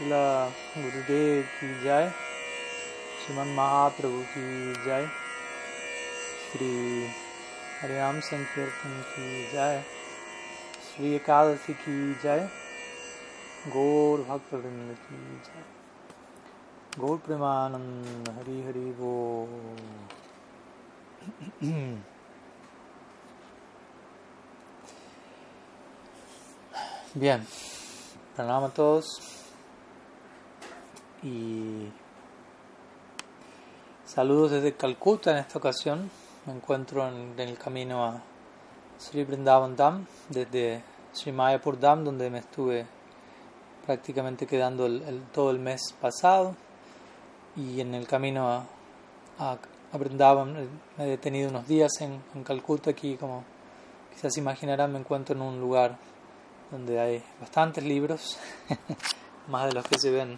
Srila Gurudev ki jai, Sriman Mahaprabhu ki jai, Shri Harinam Sankirtan ki jai, Shri Ekadasi ki jai, Gaur Bhaktivinoda ki jai, Gaur Premananda Hari Hari Bol. Bien, pranam a todos y saludos desde Calcuta en esta ocasión. Me encuentro en el camino a Sri Vrindavan Dham, desde Sri Mayapur Dham, donde me estuve prácticamente quedando todo el mes pasado, y en el camino a Vrindavan me he detenido unos días en Calcuta. Aquí, como quizás imaginarán, me encuentro en un lugar donde hay bastantes libros, más de los que se ven.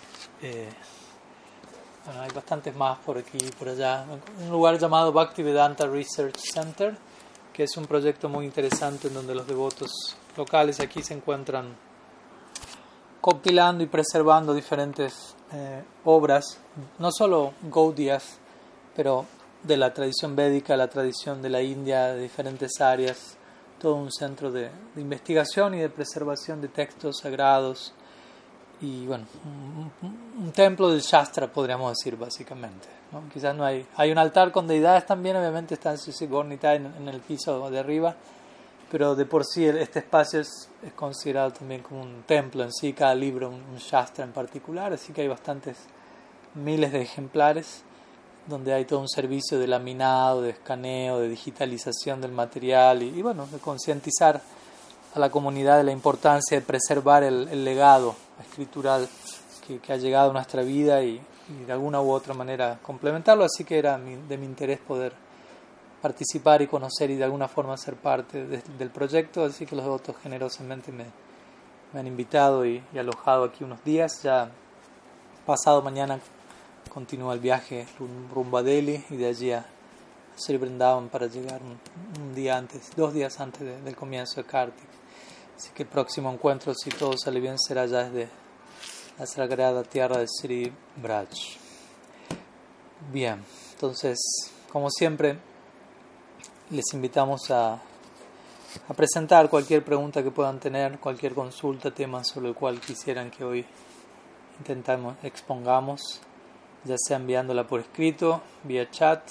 Hay bastantes más por aquí y por allá. Un lugar llamado Bhaktivedanta Research Center, que es un proyecto muy interesante en donde los devotos locales aquí se encuentran compilando y preservando diferentes obras, no solo Gaudiyas, pero de la tradición védica, la tradición de la India, de diferentes áreas. Todo un centro de investigación y de preservación de textos sagrados, y bueno, un templo del Shastra, podríamos decir, básicamente, ¿no? Quizás no hay un altar con deidades también, obviamente está en Susibornita en el piso de arriba, pero de por sí este espacio es considerado también como un templo en sí, cada libro un Shastra en particular, así que hay bastantes miles de ejemplares, donde hay todo un servicio de laminado, de escaneo, de digitalización del material y bueno, de concientizar a la comunidad de la importancia de preservar el legado escritural que ha llegado a nuestra vida y de alguna u otra manera complementarlo. Así que era de mi interés poder participar y conocer y de alguna forma ser parte del proyecto, así que los devotos generosamente me han invitado y alojado aquí unos días. Ya pasado mañana continúa el viaje rumbo a Delhi y de allí a Sri Vrindavan para llegar un día antes, 2 días antes del comienzo de Kartik. Así que el próximo encuentro, si todo sale bien, será ya desde la sagrada tierra de Sri Braj. Bien, entonces, como siempre, les invitamos a presentar cualquier pregunta que puedan tener, cualquier consulta, tema sobre el cual quisieran que hoy expongamos, ya sea enviándola por escrito, vía chat,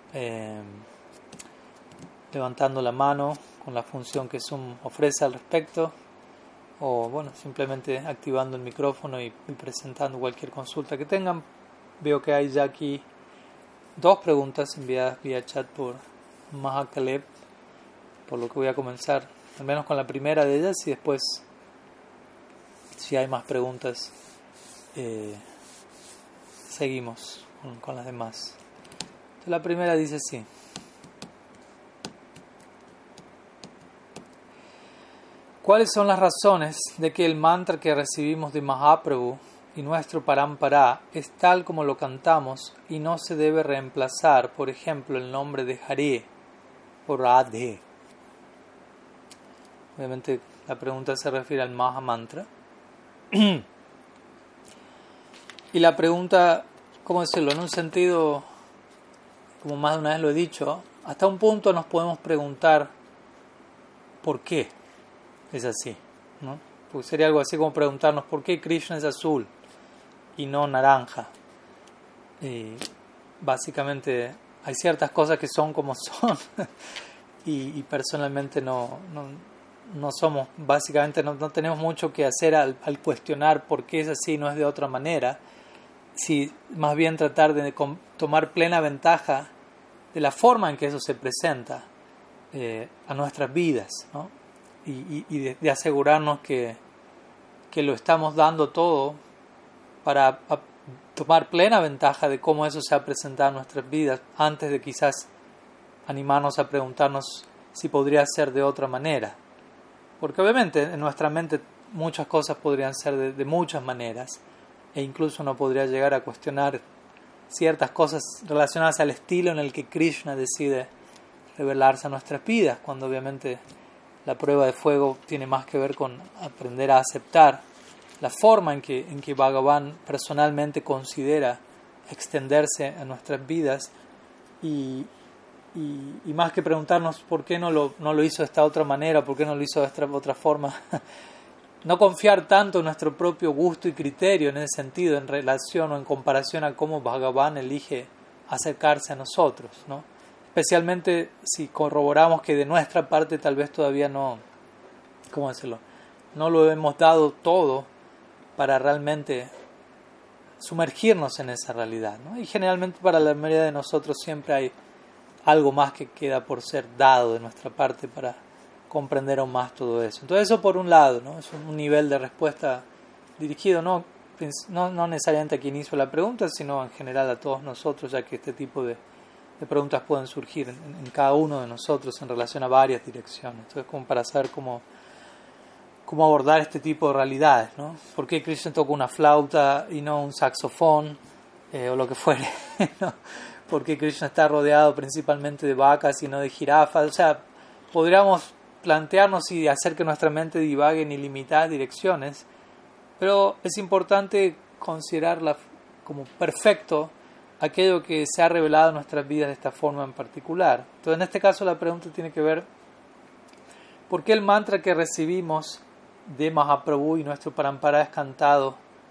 levantando la mano con la función que Zoom ofrece al respecto, o bueno, simplemente activando el micrófono y presentando cualquier consulta que tengan. Veo que hay ya aquí 2 preguntas enviadas vía chat por Mahakaleb, por lo que voy a comenzar al menos con la primera de ellas, y después, si hay más preguntas, seguimos con las demás. Entonces, la primera dice así: ¿cuáles son las razones de que el mantra que recibimos de Mahaprabhu y nuestro Parampara es tal como lo cantamos y no se debe reemplazar, por ejemplo, el nombre de Hare por Radhe? Obviamente la pregunta se refiere al Maha Mantra. Y la pregunta, ¿cómo decirlo? En un sentido, como más de una vez lo he dicho, hasta un punto nos podemos preguntar ¿por qué es así? ¿No? Pues sería algo así como preguntarnos ¿por qué Krishna es azul y no naranja? Básicamente hay ciertas cosas que son como son y personalmente no somos, básicamente no tenemos mucho que hacer al cuestionar por qué es así y no es de otra manera. Si más bien tratar de tomar plena ventaja de la forma en que eso se presenta a nuestras vidas, ¿no? Y de asegurarnos que lo estamos dando todo para tomar plena ventaja de cómo eso se ha presentado en nuestras vidas, antes de quizás animarnos a preguntarnos si podría ser de otra manera. Porque obviamente en nuestra mente muchas cosas podrían ser de muchas maneras, e incluso uno podría llegar a cuestionar ciertas cosas relacionadas al estilo en el que Krishna decide revelarse a nuestras vidas, cuando obviamente la prueba de fuego tiene más que ver con aprender a aceptar la forma en que Bhagavan personalmente considera extenderse a nuestras vidas y más que preguntarnos por qué no lo hizo de esta otra manera, por qué no lo hizo de esta otra forma, no confiar tanto en nuestro propio gusto y criterio en ese sentido, en relación o en comparación a cómo Bhagavan elige acercarse a nosotros, ¿no? Especialmente si corroboramos que de nuestra parte tal vez todavía no, ¿cómo decirlo?, no lo hemos dado todo para realmente sumergirnos en esa realidad, ¿no? Y generalmente para la mayoría de nosotros siempre hay algo más que queda por ser dado de nuestra parte para comprender aún más todo eso. Entonces eso por un lado, ¿no? Es un nivel de respuesta dirigido no necesariamente a quien hizo la pregunta, sino en general a todos nosotros, ya que este tipo de preguntas pueden surgir en cada uno de nosotros en relación a varias direcciones. Entonces como para saber cómo abordar este tipo de realidades, ¿no? ¿Por qué Krishna toca una flauta y no un saxofón o lo que fuere, ¿no? ¿Por qué Krishna está rodeado principalmente de vacas y no de jirafas? O sea, podríamos plantearnos y hacer que nuestra mente divague en ilimitadas direcciones, pero es importante considerarla como perfecto aquello que se ha revelado en nuestras vidas de esta forma en particular. Entonces, en este caso la pregunta tiene que ver ¿por qué el mantra que recibimos de Mahaprabhu y nuestro Parampara es cantado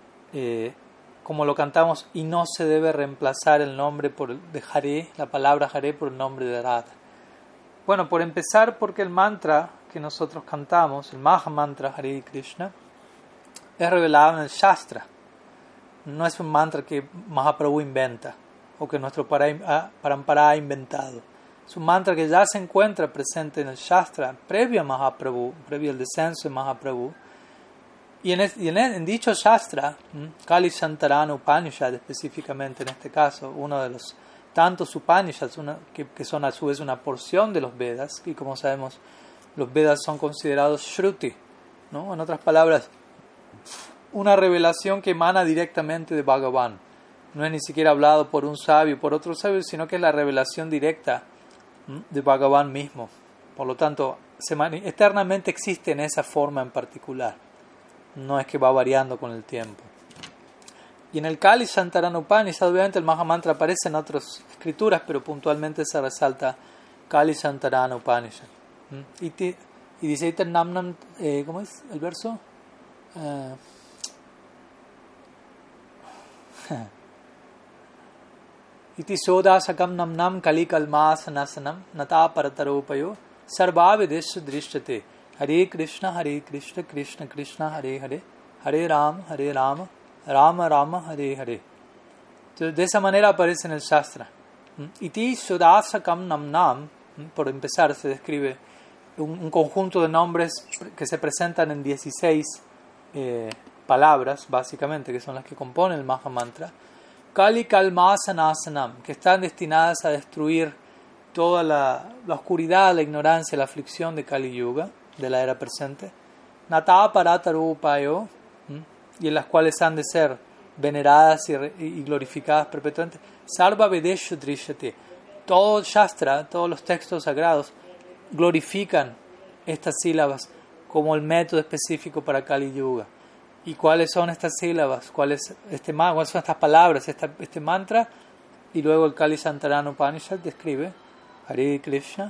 como lo cantamos y no se debe reemplazar el nombre de Hare, la palabra Hare, por el nombre de Radha? Bueno, por empezar, porque el mantra que nosotros cantamos, el Maha Mantra Hare Krishna, es revelado en el Shastra. No es un mantra que Mahaprabhu inventa o que nuestro Parampara ha inventado. Es un mantra que ya se encuentra presente en el Shastra previo a Mahaprabhu, previo al descenso de Mahaprabhu. Y en dicho Shastra, Kali Shantarana Upanishad específicamente en este caso, uno de los tantos Upanishads que son a su vez una porción de los Vedas, y como sabemos los Vedas son considerados Shruti, ¿no? En otras palabras, una revelación que emana directamente de Bhagavan. No es ni siquiera hablado por un sabio, por otro sabio, sino que es la revelación directa de Bhagavan mismo. Por lo tanto, eternamente existe en esa forma en particular. No es que va variando con el tiempo. Y en el Kali Shantarana Upanishad, obviamente el Mahamantra aparece en otras escrituras, pero puntualmente se resalta Kali Shantarana Upanishad. Y dice Namnam, ¿cómo es el verso? Iti sodasakam namnam kalikalmasanasanam nata parataropayo sarvavideshu drishyate Hare Krishna Krishna Krishna Hare Hare Hare Rama Rama Rama Hare Hare. Entonces, de esa manera aparece en el Shastra. Iti sodasakam namnam, por empezar se describe un conjunto de nombres que se presentan en 16 palabras básicamente, que son las que componen el Maha Mantra. Kali Kalmasanasanam, que están destinadas a destruir toda la oscuridad, la ignorancia, la aflicción de Kali Yuga, de la era presente. Nata Paratarupayo, y en las cuales han de ser veneradas y glorificadas perpetuamente. Sarva Vedeshu Drishyate. Todo Shastra, todos los textos sagrados glorifican estas sílabas como el método específico para Kali Yuga. ¿Y cuáles son estas sílabas? ¿Cuáles son estas palabras? Este mantra. Y luego el Kali Shantarana Upanishad describe Hare Krishna,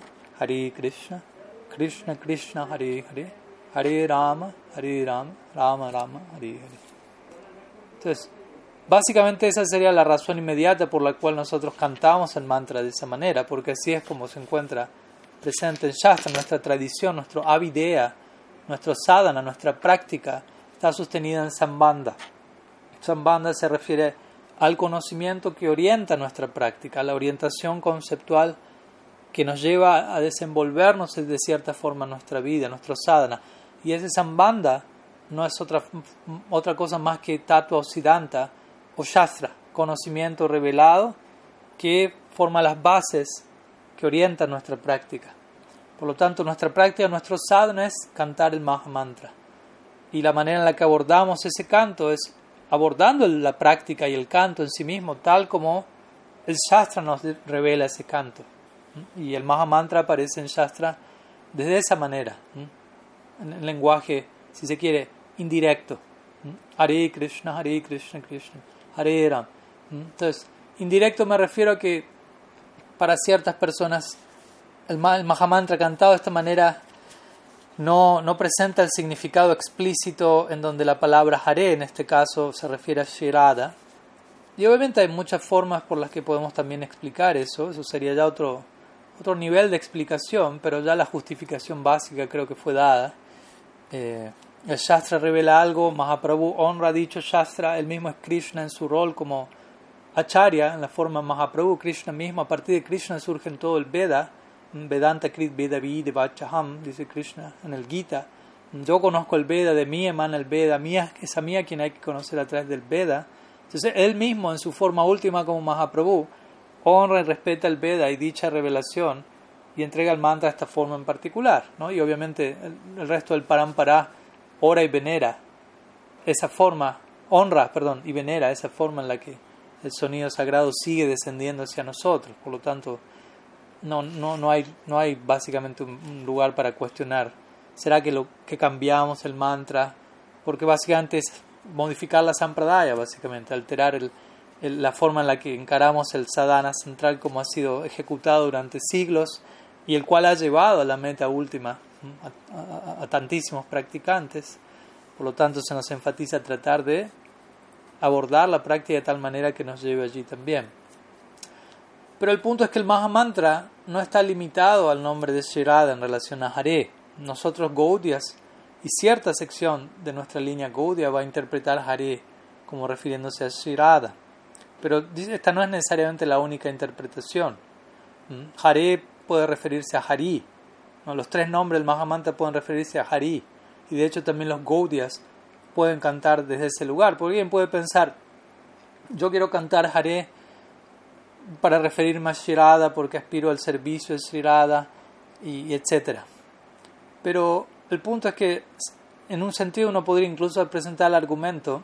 Krishna Krishna, Hare Hare, Hare Rama, Rama Rama, Hare Hare. Entonces, básicamente esa sería la razón inmediata por la cual nosotros cantamos el mantra de esa manera, porque así es como se encuentra presente en Shastra, nuestra tradición, nuestro avidya, nuestro sadhana, nuestra práctica está sostenida en Sambandha. Sambandha se refiere al conocimiento que orienta nuestra práctica, a la orientación conceptual que nos lleva a desenvolvernos de cierta forma en nuestra vida, nuestro sadhana. Y ese Sambandha no es otra cosa más que Tattva Siddhanta o Shastra, conocimiento revelado que forma las bases que orientan nuestra práctica. Por lo tanto, nuestra práctica, nuestro sadhana es cantar el Maha Mantra. Y la manera en la que abordamos ese canto es abordando la práctica y el canto en sí mismo, tal como el Shastra nos revela ese canto. Y el Maha Mantra aparece en Shastra desde esa manera, en el lenguaje, si se quiere, indirecto, Hare Krishna, Krishna, Hare Ram. Entonces, indirecto me refiero a que para ciertas personas el Mahamantra cantado de esta manera no presenta el significado explícito en donde la palabra Hare, en este caso, se refiere a Shri Radha. Y obviamente hay muchas formas por las que podemos también explicar eso. Eso sería ya otro nivel de explicación, pero ya la justificación básica creo que fue dada. El Shastra revela algo, Mahaprabhu honra dicho Shastra, él mismo es Krishna en su rol como Acharya, en la forma Mahaprabhu, Krishna mismo. A partir de Krishna surge en todo el Veda, Vedanta Krit Veda Vide Vachaham, dice Krishna en el Gita. Yo conozco el Veda, de mí emana el Veda, es a mí a quien hay que conocer a través del Veda. Entonces él mismo en su forma última como Mahaprabhu honra y respeta el Veda y dicha revelación y entrega el mantra de esta forma en particular, ¿no? Y obviamente el resto del Parampara ora y venera esa forma, y venera esa forma en la que el sonido sagrado sigue descendiendo hacia nosotros. Por lo tanto, no hay básicamente un lugar para cuestionar. ¿Será que cambiamos el mantra? Porque básicamente es modificar la sampradaya, básicamente, alterar la forma en la que encaramos el sadhana central como ha sido ejecutado durante siglos y el cual ha llevado a la meta última a tantísimos practicantes. Por lo tanto, se nos enfatiza tratar de abordar la práctica de tal manera que nos lleve allí también. Pero el punto es que el Mahamantra no está limitado al nombre de Shri Radha en relación a Hare. Nosotros, Gaudiyas, y cierta sección de nuestra línea Gaudiya va a interpretar Hare como refiriéndose a Shri Radha. Pero esta no es necesariamente la única interpretación. Hare puede referirse a Hari, ¿no? Los tres nombres del Mahamantra pueden referirse a Hari. Y de hecho también los Gaudiyas pueden cantar desde ese lugar. Porque alguien puede pensar, yo quiero cantar Hare para referirme a Shri Radha porque aspiro al servicio de Shri Radha, y etc. Pero el punto es que en un sentido uno podría incluso presentar el argumento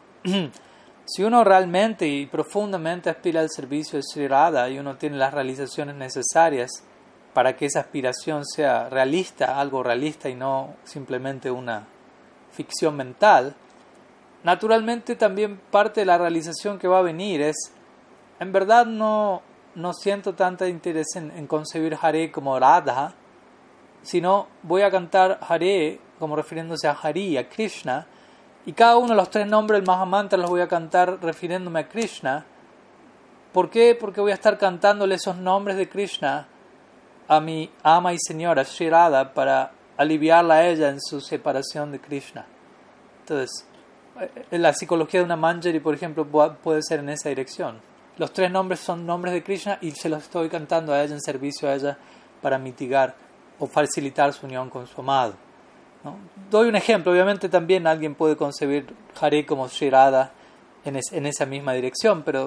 si uno realmente y profundamente aspira al servicio de Shri Radha y uno tiene las realizaciones necesarias para que esa aspiración sea realista, algo realista y no simplemente una ficción mental, naturalmente también parte de la realización que va a venir es, en verdad no siento tanto interés en concebir Hare como Radha, sino voy a cantar Hare como refiriéndose a Hari, a Krishna, y cada uno de los tres nombres del Mahamantra los voy a cantar refiriéndome a Krishna. ¿Por qué? Porque voy a estar cantándole esos nombres de Krishna a mi ama y señora Shri Radha para aliviarla a ella en su separación de Krishna. Entonces, la psicología de una manjari, por ejemplo, puede ser en esa dirección. Los tres nombres son nombres de Krishna y se los estoy cantando a ella en servicio a ella para mitigar o facilitar su unión con su amado, ¿no? Doy un ejemplo. Obviamente también alguien puede concebir Hare como Shri Radha en esa misma dirección, pero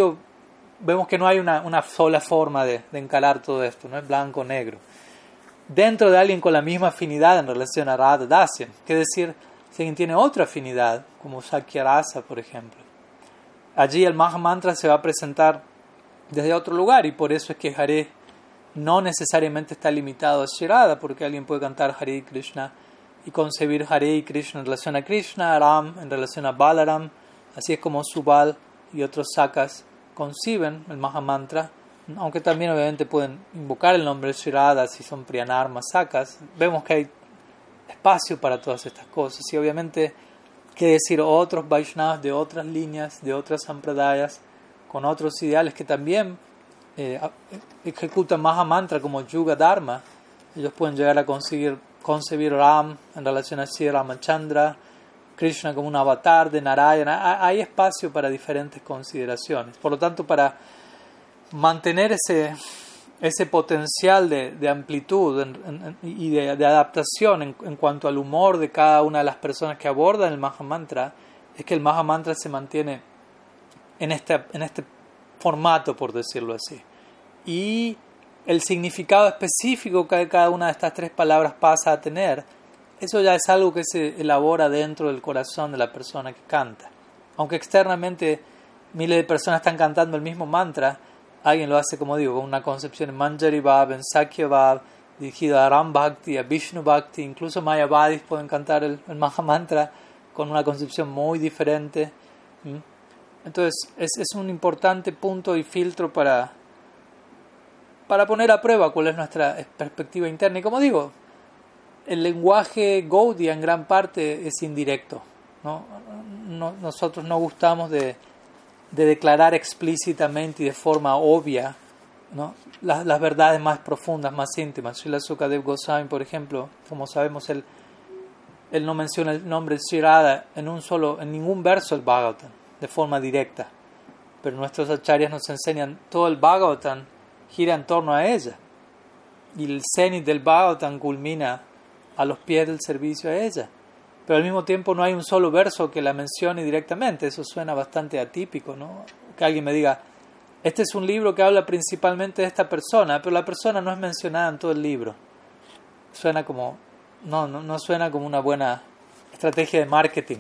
vemos que no hay una sola forma de encarar todo esto, no es blanco o negro. Dentro de alguien con la misma afinidad en relación a Radha Dasya, es decir, si alguien tiene otra afinidad, como Shakya Rasa, por ejemplo, allí el Mahamantra se va a presentar desde otro lugar, y por eso es que Hare no necesariamente está limitado a Shri Radha, porque alguien puede cantar Hare Krishna y concebir Hare y Krishna en relación a Krishna, Ram en relación a Balaram, así es como Subal y otros sakas conciben el Mahamantra, aunque también obviamente pueden invocar el nombre de Shri Radha si son Priyanarma sakas. Vemos que hay espacio para todas estas cosas, y obviamente quiere decir otros Vaishnavas de otras líneas, de otras sampradayas, con otros ideales que también ejecutan Mahamantra como Yuga Dharma. Ellos pueden llegar a concebir Ram en relación a Sri Ramachandra, Krishna como un avatar de Narayana. Hay espacio para diferentes consideraciones. Por lo tanto, para mantener ese potencial de amplitud y de adaptación en cuanto al humor de cada una de las personas que abordan el Mahamantra, es que el Mahamantra se mantiene en este formato, por decirlo así. Y el significado específico que cada una de estas tres palabras pasa a tener, eso ya es algo que se elabora dentro del corazón de la persona que canta. Aunque externamente miles de personas están cantando el mismo mantra, alguien lo hace, como digo, con una concepción en Manjari Bhav, en Sakya Bhav, dirigido a Ram Bhakti, a Vishnu Bhakti. Incluso Mayavadis pueden cantar el Mahamantra con una concepción muy diferente. Entonces es un importante punto y filtro para poner a prueba cuál es nuestra perspectiva interna. Y como digo, el lenguaje Gaudiya en gran parte es indirecto, ¿no? Nosotros no gustamos de declarar explícitamente y de forma obvia, ¿no?, las verdades más profundas, más íntimas. Srila Sukadev Goswami, por ejemplo, como sabemos, él no menciona el nombre de Sri Radha en ningún verso del Bhagavatam, de forma directa. Pero nuestros acharyas nos enseñan todo el Bhagavatam gira en torno a ella. Y el cenit del Bhagavatam culmina a los pies del servicio a ella. Pero al mismo tiempo no hay un solo verso que la mencione directamente. Eso suena bastante atípico, ¿no? Que alguien me diga, este es un libro que habla principalmente de esta persona, pero la persona no es mencionada en todo el libro. Suena como... No suena como una buena estrategia de marketing,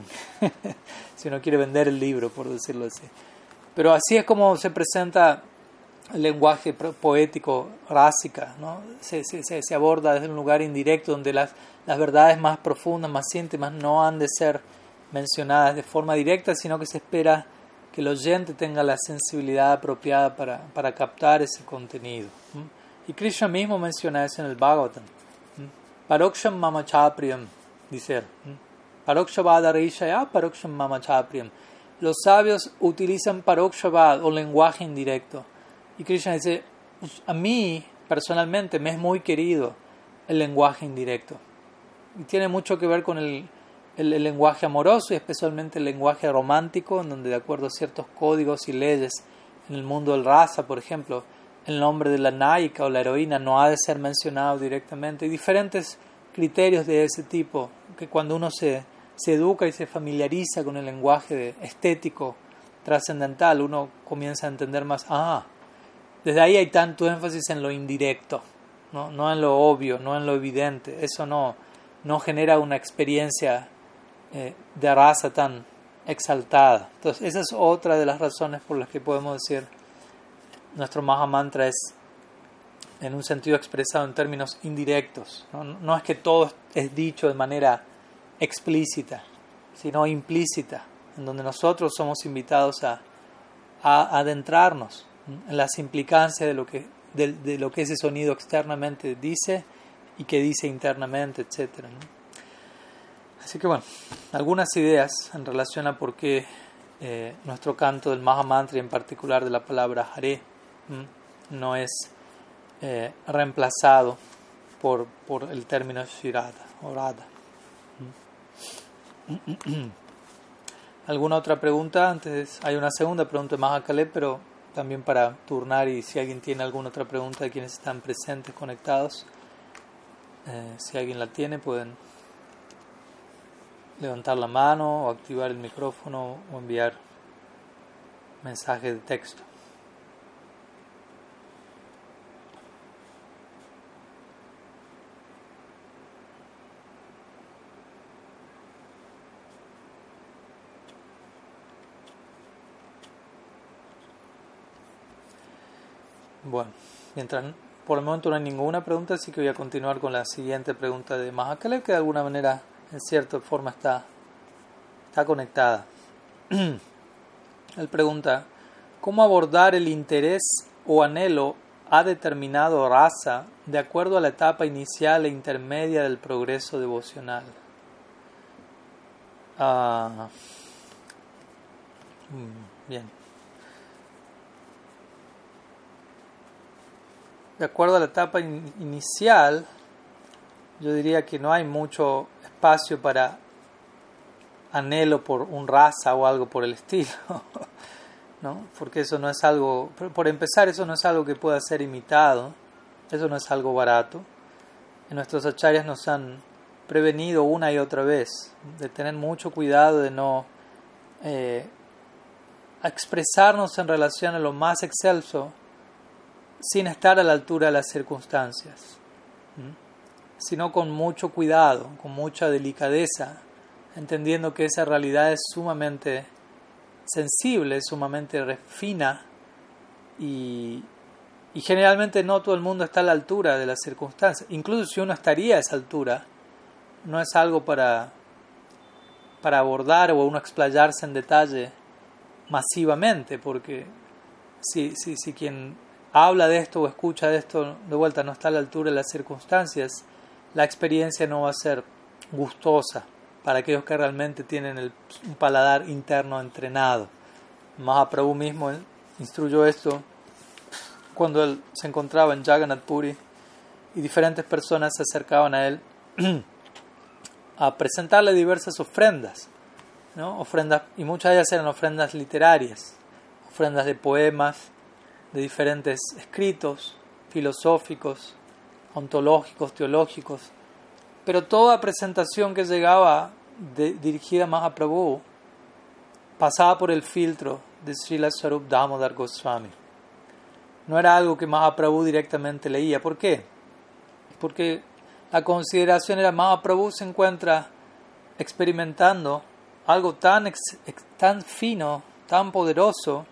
si uno quiere vender el libro, por decirlo así. Pero así es como se presenta el lenguaje poético, rásica, ¿no? Se aborda desde un lugar indirecto donde las verdades más profundas, más íntimas, no han de ser mencionadas de forma directa, sino que se espera que el oyente tenga la sensibilidad apropiada para captar ese contenido. Y Krishna mismo menciona eso en el Bhagavatam. Paroksham mama chapriyam, dice él. Parokshavad rishaya paroksham mama chapriyam. Los sabios utilizan parokshavad o lenguaje indirecto. Y Krishna dice, a mí personalmente me es muy querido el lenguaje indirecto. Y tiene mucho que ver con el lenguaje amoroso y especialmente el lenguaje romántico, en donde de acuerdo a ciertos códigos y leyes en el mundo del rasa, por ejemplo, el nombre de la náyica o la heroína no ha de ser mencionado directamente. Y diferentes criterios de ese tipo, que cuando uno se educa y se familiariza con el lenguaje estético trascendental, uno comienza a entender más. Desde ahí hay tanto énfasis en lo indirecto, no en lo obvio, no en lo evidente. Eso no genera una experiencia de raza tan exaltada. Entonces, esa es otra de las razones por las que podemos decir nuestro Mahamantra es en un sentido expresado en términos indirectos. No es que todo es dicho de manera explícita, sino implícita, en donde nosotros somos invitados a adentrarnos en las implicancias de lo que ese sonido externamente dice y que dice internamente, etc., ¿no? Así que bueno, algunas ideas en relación a por qué nuestro canto del Mahamantra y en particular de la palabra Hare no es reemplazado por el término Shirada o Radha. ¿Alguna otra pregunta? Antes hay una segunda pregunta de Mahakaleb, pero también para turnar y si alguien tiene alguna otra pregunta de quienes están presentes, conectados, si alguien la tiene pueden levantar la mano o activar el micrófono o enviar mensaje de texto. Bueno, mientras por el momento no hay ninguna pregunta, así que voy a continuar con la siguiente pregunta de Mahakaleb, que de alguna manera, en cierta forma, está conectada. Él pregunta, ¿cómo abordar el interés o anhelo a determinado rasa de acuerdo a la etapa inicial e intermedia del progreso devocional? Bien. De acuerdo a la etapa inicial, yo diría que no hay mucho espacio para anhelo por un rasa o algo por el estilo, ¿no? Porque eso no es algo, por empezar, eso no es algo que pueda ser imitado, eso no es algo barato. Y nuestros acharyas nos han prevenido una y otra vez de tener mucho cuidado de no expresarnos en relación a lo más excelso sin estar a la altura de las circunstancias, sino con mucho cuidado, con mucha delicadeza, entendiendo que esa realidad es sumamente sensible, sumamente fina y generalmente no todo el mundo está a la altura de las circunstancias. Incluso si uno estaría a esa altura, no es algo para para abordar o uno explayarse en detalle masivamente, porque si quien habla de esto o escucha de esto de vuelta no está a la altura de las circunstancias, la experiencia no va a ser gustosa para aquellos que realmente tienen un paladar interno entrenado. Mahaprabhu mismo instruyó esto cuando él se encontraba en Jagannath Puri y diferentes personas se acercaban a él a presentarle diversas ofrendas, ¿no? Ofrendas, y muchas de ellas eran ofrendas literarias, ofrendas de poemas, de diferentes escritos filosóficos, ontológicos, teológicos, pero toda presentación que llegaba dirigida a Mahaprabhu pasaba por el filtro de Srila Swarup Damodar Goswami. No era algo que Mahaprabhu directamente leía. ¿Por qué? Porque la consideración era Mahaprabhu se encuentra experimentando algo tan fino, tan poderoso,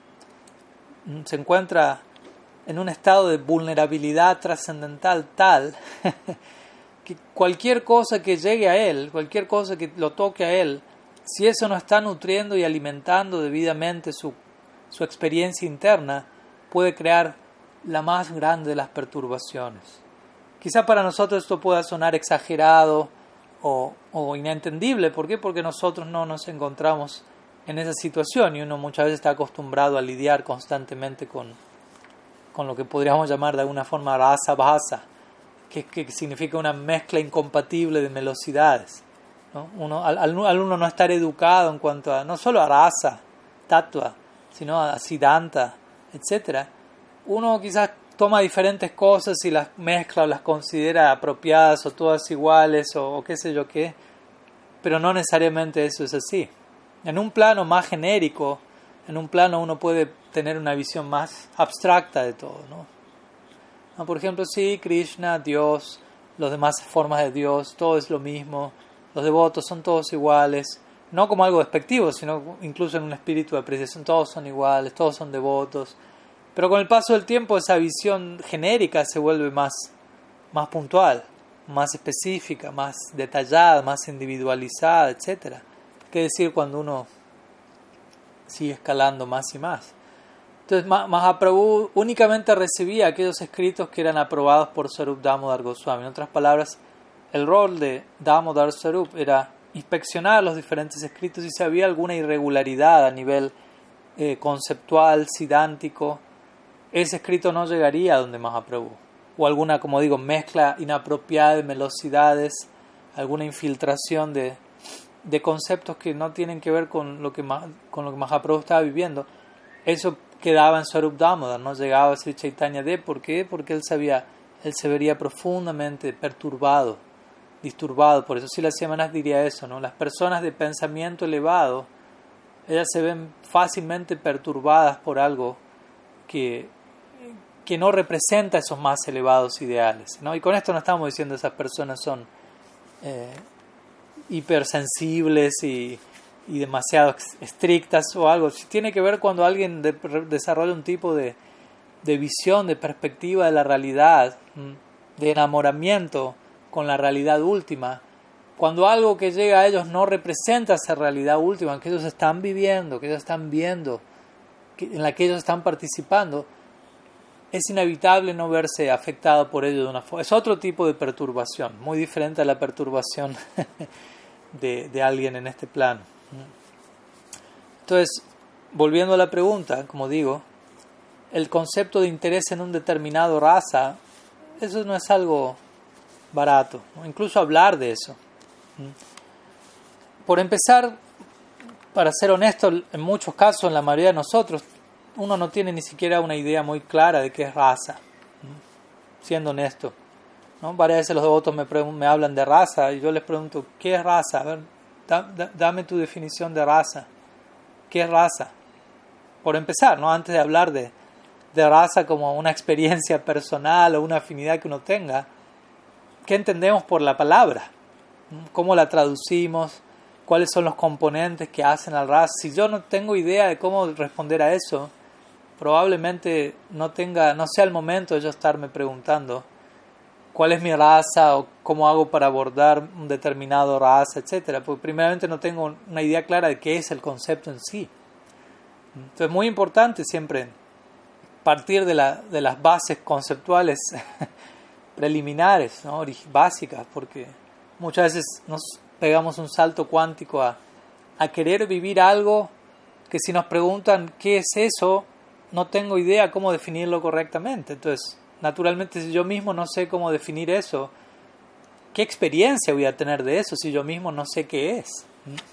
se encuentra en un estado de vulnerabilidad trascendental tal que cualquier cosa que llegue a él, cualquier cosa que lo toque a él, si eso no está nutriendo y alimentando debidamente su experiencia interna, puede crear la más grande de las perturbaciones. Quizá para nosotros esto pueda sonar exagerado o inentendible. ¿Por qué? Porque nosotros no nos encontramos en esa situación y uno muchas veces está acostumbrado a lidiar constantemente con lo que podríamos llamar de alguna forma rasa bhasa, que significa una mezcla incompatible de velocidades, ¿no? Al uno no estar educado en cuanto a no solo a rasa, tattva, sino a siddhanta, etc., uno quizás toma diferentes cosas y las mezcla o las considera apropiadas o todas iguales o qué sé yo qué, pero no necesariamente eso es así. En un plano más genérico, en un plano uno puede tener una visión más abstracta de todo, ¿no? Por ejemplo, sí, Krishna, Dios, las demás formas de Dios, todo es lo mismo, los devotos son todos iguales, no como algo despectivo, sino incluso en un espíritu de apreciación, todos son iguales, todos son devotos. Pero con el paso del tiempo esa visión genérica se vuelve más puntual, más específica, más detallada, más individualizada, etc. ¿Qué decir cuando uno sigue escalando más y más? Entonces Mahaprabhu únicamente recibía aquellos escritos que eran aprobados por Swarup Damodar Goswami. En otras palabras, el rol de Damodar Swarup era inspeccionar los diferentes escritos y si había alguna irregularidad a nivel conceptual, sidántico, ese escrito no llegaría a donde Mahaprabhu. O alguna, como digo, mezcla inapropiada de velocidades, alguna infiltración de conceptos que no tienen que ver con lo que Mahaprabhu estaba viviendo. Eso quedaba en Swarup Damodar, no llegaba a Sri Chaitanya Dev. ¿Por qué? Porque él se vería profundamente perturbado, disturbado. Por eso Srila Siamanas diría eso, ¿no? Las personas de pensamiento elevado, ellas se ven fácilmente perturbadas por algo que no representa esos más elevados ideales, ¿no? Y con esto no estamos diciendo que esas personas son hipersensibles y demasiado estrictas o algo. Tiene que ver cuando alguien desarrolla un tipo de visión, de perspectiva de la realidad, de enamoramiento con la realidad última. Cuando algo que llega a ellos no representa esa realidad última que ellos están viviendo, que ellos están viendo, en la que ellos están participando, es inevitable no verse afectado por ello de una forma. Es otro tipo de perturbación, muy diferente a la perturbación de alguien en este plano. Entonces, volviendo a la pregunta, como digo, el concepto de interés en un determinado raza, eso no es algo barato, ¿no? Incluso hablar de eso. Por empezar, para ser honesto, en muchos casos, en la mayoría de nosotros, uno no tiene ni siquiera una idea muy clara de qué es raza, siendo honesto, ¿no? Varias veces los devotos me hablan de raza y yo les pregunto, ¿qué es raza? A ver, dame tu definición de raza. ¿Qué es raza? Por empezar, ¿no? Antes de hablar de raza como una experiencia personal o una afinidad que uno tenga, ¿qué entendemos por la palabra? ¿Cómo la traducimos? ¿Cuáles son los componentes que hacen al raza? Si yo no tengo idea de cómo responder a eso, probablemente no sea el momento de yo estarme preguntando cuál es mi raza o cómo hago para abordar un determinado raza, etcétera. Porque primeramente no tengo una idea clara de qué es el concepto en sí. Entonces es muy importante siempre partir de las bases conceptuales preliminares, ¿no? Básicas, porque muchas veces nos pegamos un salto cuántico a querer vivir algo que si nos preguntan qué es eso, no tengo idea cómo definirlo correctamente. Entonces, naturalmente, si yo mismo no sé cómo definir eso, ¿qué experiencia voy a tener de eso si yo mismo no sé qué es?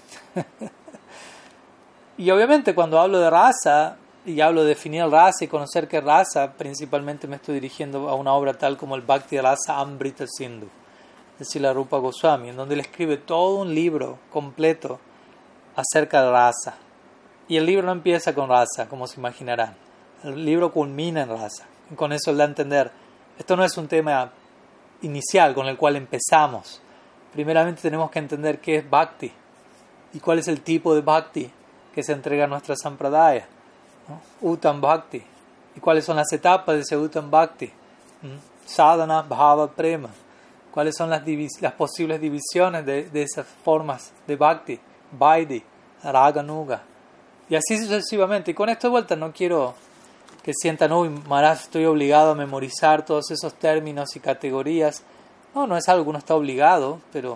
Y obviamente cuando hablo de raza, y hablo de definir raza y conocer qué raza, principalmente me estoy dirigiendo a una obra tal como el Bhakti Rasa Amrita Sindhu, de Srila Rupa Goswami, en donde él escribe todo un libro completo acerca de raza. Y el libro no empieza con raza, como se imaginarán. El libro culmina en raza. Y con eso él da a entender, esto no es un tema inicial con el cual empezamos. Primeramente tenemos que entender qué es Bhakti y cuál es el tipo de Bhakti que se entrega a nuestra Sampradaya, ¿no? Uttam Bhakti. ¿Y cuáles son las etapas de ese Uttam Bhakti? Sadhana, Bhava, Prema. ¿Cuáles son las posibles divisiones de esas formas de Bhakti? Vaidhi, Raga, Nuga. Y así sucesivamente. Y con esto de vuelta no quiero que sientan, uy, Maharaj, estoy obligado a memorizar todos esos términos y categorías. No es algo que uno está obligado, pero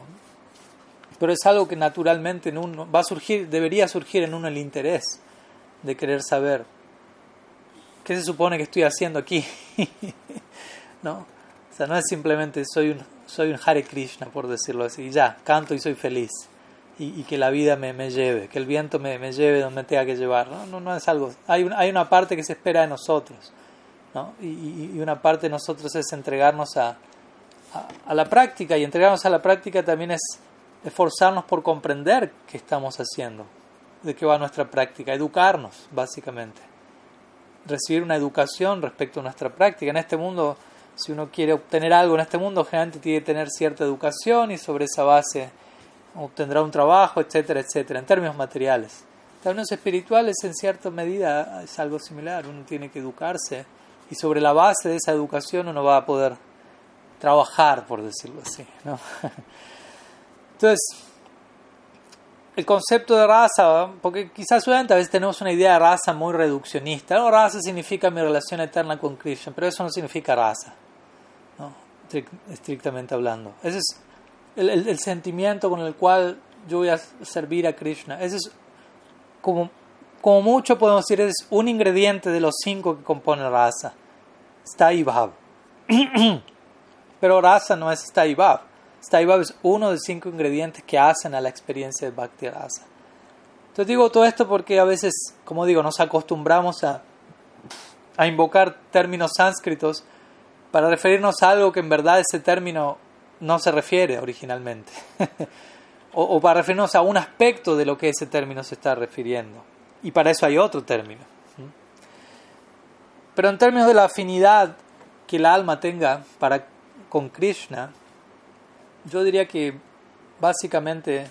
es algo que naturalmente en uno debería surgir en uno el interés de querer saber qué se supone que estoy haciendo aquí. ¿No? O sea, no es simplemente soy un Hare Krishna, por decirlo así, ya, canto y soy feliz. Y que la vida me lleve, que el viento me lleve donde me tenga que llevar. No es algo. Hay una parte que se espera de nosotros, ¿no? Y una parte de nosotros es entregarnos a la práctica. Y entregarnos a la práctica también es esforzarnos por comprender qué estamos haciendo, de qué va nuestra práctica, educarnos, básicamente. Recibir una educación respecto a nuestra práctica. En este mundo, si uno quiere obtener algo en este mundo, generalmente tiene que tener cierta educación y sobre esa base obtendrá un trabajo, etcétera, etcétera, en términos materiales. En términos espirituales, en cierta medida, es algo similar. Uno tiene que educarse y sobre la base de esa educación uno va a poder trabajar, por decirlo así, ¿no? Entonces, el concepto de raza, porque quizás a veces tenemos una idea de raza muy reduccionista. No, raza significa mi relación eterna con Krishna, pero eso no significa raza, ¿no? Estrictamente hablando. Ese es el sentimiento con el cual yo voy a servir a Krishna. Ese es, como mucho podemos decir, es un ingrediente de los 5 que componen raza. Sthayi Bhav. Pero raza no es Sthayi Bhav. Sthayi Bhav es uno de 5 ingredientes que hacen a la experiencia de Bhakti Rasa. Entonces digo todo esto porque a veces, como digo, nos acostumbramos a invocar términos sánscritos para referirnos a algo que en verdad ese término no se refiere originalmente. o para referirnos a un aspecto de lo que ese término se está refiriendo. Y para eso hay otro término. Pero en términos de la afinidad que el alma tenga con Krishna, yo diría que básicamente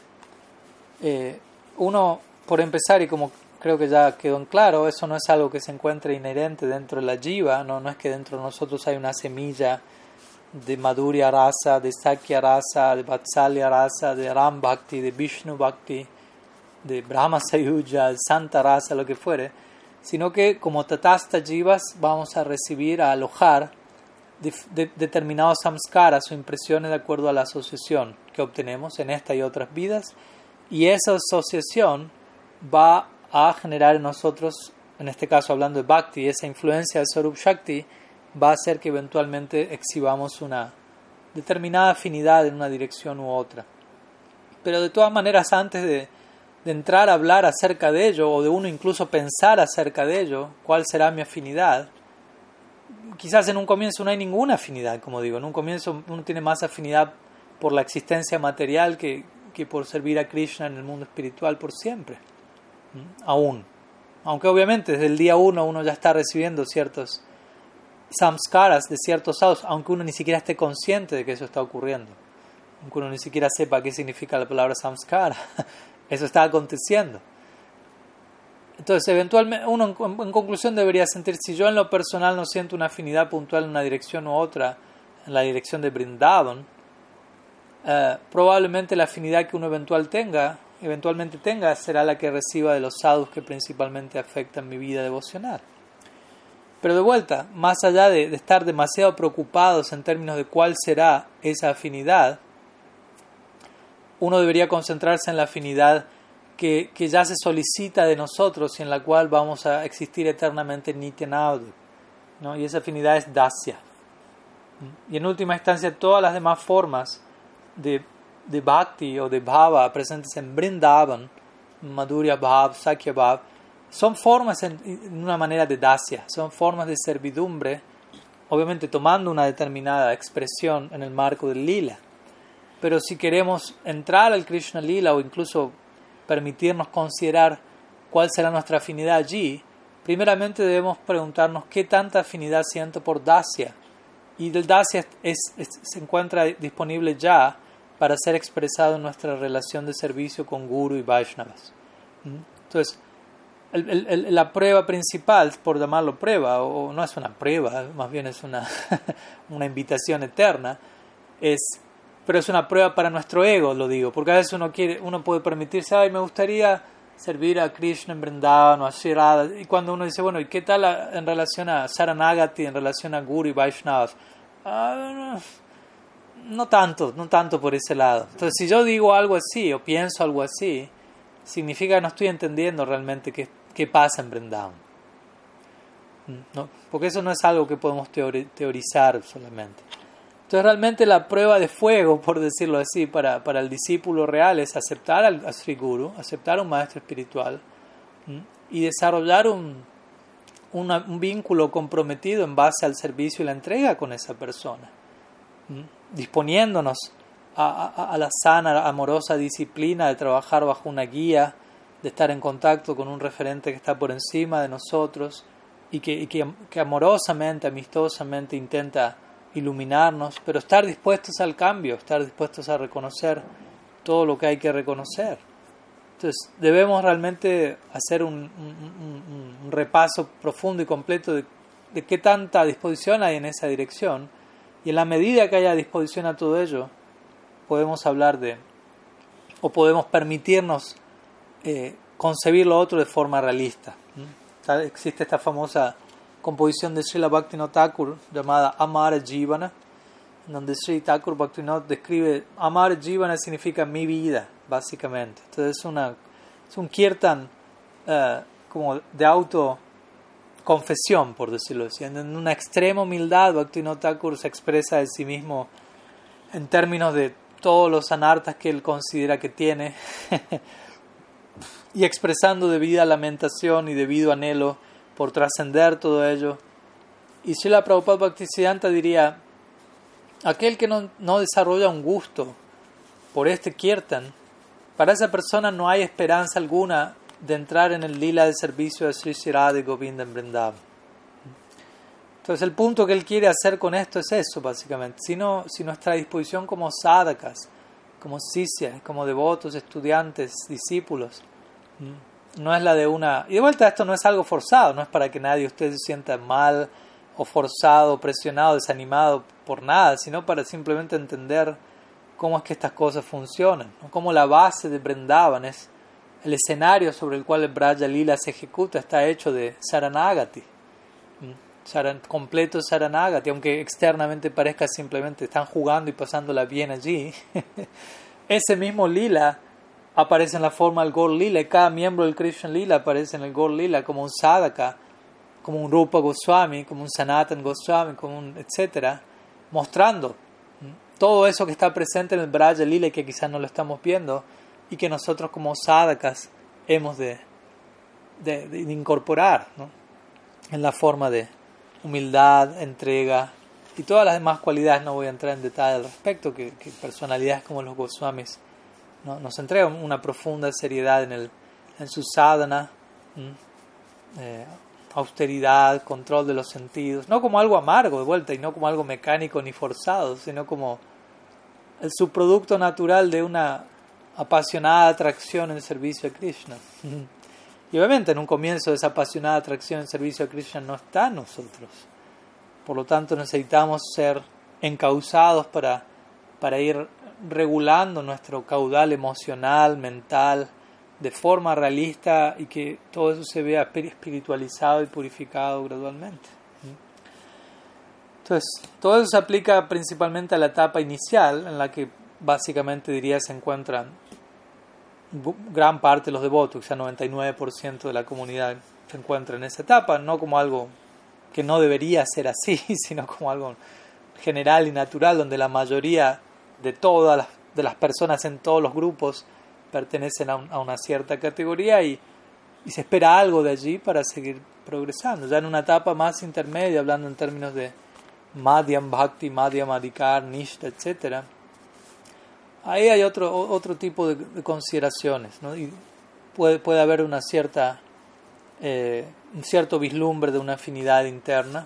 uno, por empezar, y como creo que ya quedó en claro, eso no es algo que se encuentre inherente dentro de la jiva, no es que dentro de nosotros hay una semilla de Madhurya Rasa, de Sakya Rasa, de Vatsalya Rasa, de Ram Bhakti, de Vishnu Bhakti, de Brahma Sayuja, de Santa Rasa, lo que fuere, sino que como tatasta jivas vamos a recibir, a alojar determinados samskaras o impresiones de acuerdo a la asociación que obtenemos en esta y otras vidas, y esa asociación va a generar en nosotros, en este caso hablando de Bhakti, esa influencia del Swarup Shakti va a hacer que eventualmente exhibamos una determinada afinidad en una dirección u otra. Pero de todas maneras, antes de entrar a hablar acerca de ello, o de uno incluso pensar acerca de ello, cuál será mi afinidad, quizás en un comienzo no hay ninguna afinidad, como digo. En un comienzo uno tiene más afinidad por la existencia material que por servir a Krishna en el mundo espiritual por siempre. Aún. Aunque obviamente desde el día 1 uno ya está recibiendo ciertos samskaras de ciertos sadhus, aunque uno ni siquiera esté consciente de que eso está ocurriendo. Aunque uno ni siquiera sepa qué significa la palabra samskara. Eso está aconteciendo. Entonces, eventualmente, uno en conclusión debería sentir, si yo en lo personal no siento una afinidad puntual en una dirección u otra, en la dirección de Vrindavan, probablemente la afinidad que uno eventualmente tenga será la que reciba de los sadhus que principalmente afectan mi vida devocional. Pero de vuelta, más allá de estar demasiado preocupados en términos de cuál será esa afinidad, uno debería concentrarse en la afinidad que ya se solicita de nosotros y en la cual vamos a existir eternamente Nityanavadut, ¿no? Y esa afinidad es Dasya. Y en última instancia, todas las demás formas de Bhakti o de Bhava presentes en Vrindavan, Madhurya Bhav, Sakya Bhav, son formas en una manera de Dasya, son formas de servidumbre, obviamente tomando una determinada expresión en el marco del Lila. Pero si queremos entrar al Krishna Lila o incluso permitirnos considerar cuál será nuestra afinidad allí, primeramente debemos preguntarnos qué tanta afinidad siento por Dasya. Y el Dasya se encuentra disponible ya para ser expresado en nuestra relación de servicio con Guru y Vaishnavas. Entonces, la prueba principal, por llamarlo prueba, o no es una prueba, más bien es una invitación eterna, pero es una prueba para nuestro ego, lo digo, porque a veces uno puede permitirse, me gustaría servir a Krishna en Vrindavan o a Shri Radha, y cuando uno dice, bueno, ¿y qué tal en relación a Saranagati, en relación a Guru y Vaishnavas? No tanto por ese lado. Entonces, si yo digo algo así o pienso algo así, significa que no estoy entendiendo realmente qué pasa en Vrindavan. ¿No? Porque eso no es algo que podemos teorizar solamente. Entonces realmente la prueba de fuego, por decirlo así, para el discípulo real es aceptar a Sri Guru, aceptar a un maestro espiritual y desarrollar un vínculo comprometido en base al servicio y la entrega con esa persona, disponiéndonos a la sana, amorosa disciplina de trabajar bajo una guía, de estar en contacto con un referente que está por encima de nosotros y que amorosamente, amistosamente intenta iluminarnos, pero estar dispuestos al cambio, estar dispuestos a reconocer todo lo que hay que reconocer. Entonces debemos realmente hacer un repaso profundo y completo de qué tanta disposición hay en esa dirección, y en la medida que haya disposición a todo ello, podemos hablar o podemos permitirnos concebir lo otro de forma realista. Existe esta famosa composición de Srila Bhaktivinoda Thakur llamada Amara Jivana, donde Sri Thakur Bhaktivinoda describe Amara Jivana significa mi vida, básicamente. Entonces es un kirtan como de autoconfesión, por decirlo así. En una extrema humildad, Bhaktivinoda Thakur se expresa de sí mismo en términos de todos los anartas que él considera que tiene y expresando debida lamentación y debido anhelo por trascender todo ello. Y Srila Prabhupada Bhaktisiddhanta diría, aquel que no desarrolla un gusto por este kirtan, para esa persona no hay esperanza alguna de entrar en el lila de servicio de Sri Sri Radha y Govinda en Vrindavan. Entonces el punto que él quiere hacer con esto es eso, básicamente. Si nuestra disposición como sadhakas, como sisyas, como devotos, estudiantes, discípulos, no es la de una... Y de vuelta, esto no es algo forzado, no es para que nadie de ustedes se sienta mal o forzado, presionado, desanimado por nada, sino para simplemente entender cómo es que estas cosas funcionan, ¿no? Cómo la base de Vrindavan es el escenario sobre el cual el Braja Lila se ejecuta, está hecho de Saranagati, completo Saranagati, aunque externamente parezca simplemente están jugando y pasándola bien allí. Ese mismo Lila aparece en la forma del Gaur Lila, y cada miembro del Krishna Lila aparece en el Gaur Lila como un sadhaka, como un Rupa Goswami, como un Sanatan Goswami, como un etcétera, mostrando todo eso que está presente en el Braja Lila y que quizás no lo estamos viendo y que nosotros como sadhakas hemos de incorporar, ¿no? En la forma de humildad, entrega y todas las demás cualidades. No voy a entrar en detalle al respecto, que personalidades como los Goswamis nos entregan una profunda seriedad en su sadhana, austeridad, control de los sentidos, no como algo amargo de vuelta y no como algo mecánico ni forzado, sino como el subproducto natural de una apasionada atracción en servicio a Krishna. Y obviamente en un comienzo esa apasionada atracción en servicio a Krishna no está en nosotros. Por lo tanto necesitamos ser encauzados para ir regulando nuestro caudal emocional, mental, de forma realista y que todo eso se vea espiritualizado y purificado gradualmente. Entonces, todo eso se aplica principalmente a la etapa inicial, en la que básicamente diría se encuentran gran parte de los devotos, o sea, 99% de la comunidad se encuentra en esa etapa, no como algo que no debería ser así, sino como algo general y natural, donde la mayoría de todas las personas en todos los grupos pertenecen a una cierta categoría y se espera algo de allí para seguir progresando. Ya en una etapa más intermedia, hablando en términos de Madhyam Bhakti, Madhyam Adhikar, Nishta, etc., ahí hay otro tipo de consideraciones, ¿no? Y puede haber un cierto vislumbre de una afinidad interna.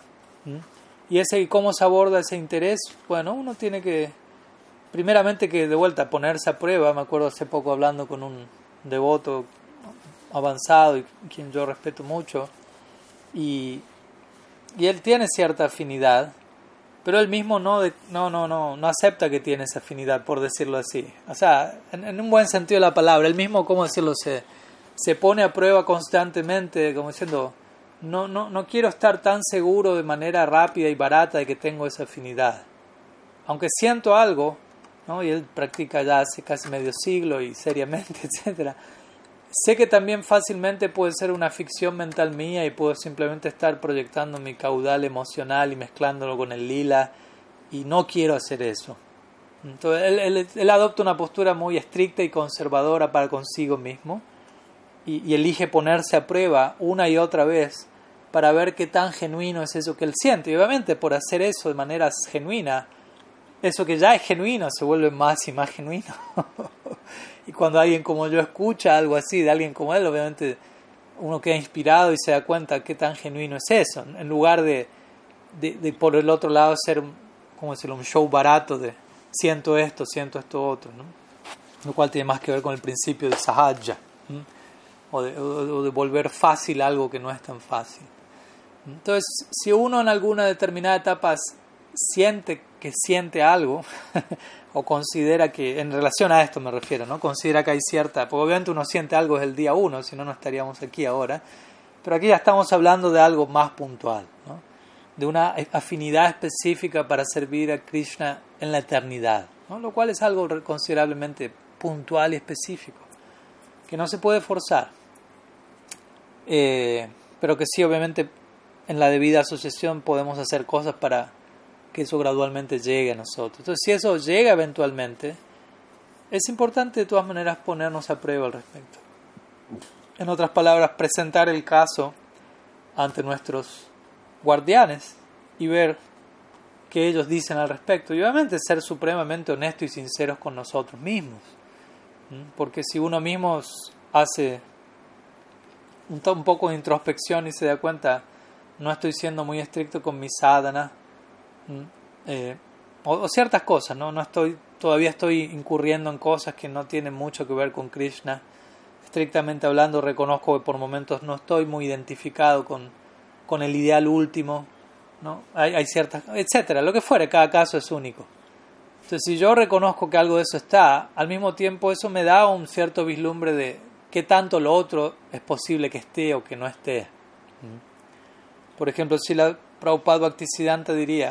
Y cómo se aborda ese interés, bueno, uno tiene que, primeramente que de vuelta ponerse a prueba. Me acuerdo hace poco hablando con un devoto avanzado y quien yo respeto mucho, y él tiene cierta afinidad, pero él mismo no acepta que tiene esa afinidad, por decirlo así. O sea, en un buen sentido de la palabra, él mismo, ¿cómo decirlo?, se pone a prueba constantemente, como diciendo, no quiero estar tan seguro de manera rápida y barata de que tengo esa afinidad. Aunque siento algo, ¿no? Y él practica ya hace casi medio siglo y seriamente, etc. Sé que también fácilmente puede ser una ficción mental mía y puedo simplemente estar proyectando mi caudal emocional y mezclándolo con el lila, y no quiero hacer eso. Entonces él adopta una postura muy estricta y conservadora para consigo mismo y elige ponerse a prueba una y otra vez para ver qué tan genuino es eso que él siente. Y obviamente por hacer eso de manera genuina, eso que ya es genuino se vuelve más y más genuino. Y cuando alguien como yo escucha algo así de alguien como él, obviamente uno queda inspirado y se da cuenta qué tan genuino es eso, en lugar de por el otro lado ser, como decirlo, un show barato de siento esto otro, ¿no? Lo cual tiene más que ver con el principio de sahaja, ¿no? o de volver fácil algo que no es tan fácil. Entonces, si uno en alguna determinada etapa siente algo o considera que, en relación a esto me refiero, ¿no? Considera que hay cierta, porque obviamente uno siente algo desde el día 1, si no, no estaríamos aquí ahora, pero aquí ya estamos hablando de algo más puntual, ¿no? De una afinidad específica para servir a Krishna en la eternidad, ¿no? Lo cual es algo considerablemente puntual y específico, que no se puede forzar, pero que sí, obviamente, en la debida asociación podemos hacer cosas para que eso gradualmente llegue a nosotros. Entonces, si eso llega eventualmente, es importante de todas maneras ponernos a prueba al respecto. En otras palabras, presentar el caso ante nuestros guardianes y ver qué ellos dicen al respecto. Y obviamente ser supremamente honestos y sinceros con nosotros mismos. Porque si uno mismo hace un poco de introspección y se da cuenta, no estoy siendo muy estricto con mi sadhana, o ciertas cosas, ¿no? Todavía estoy incurriendo en cosas que no tienen mucho que ver con Krishna. Estrictamente hablando, reconozco que por momentos no estoy muy identificado con el ideal último, ¿no? Hay ciertas, etcétera, lo que fuere, cada caso es único. Entonces, si yo reconozco que algo de eso está, al mismo tiempo eso me da un cierto vislumbre de qué tanto lo otro es posible que esté o que no esté. Por ejemplo, si la Prabhupada Bhaktisiddhanta diría,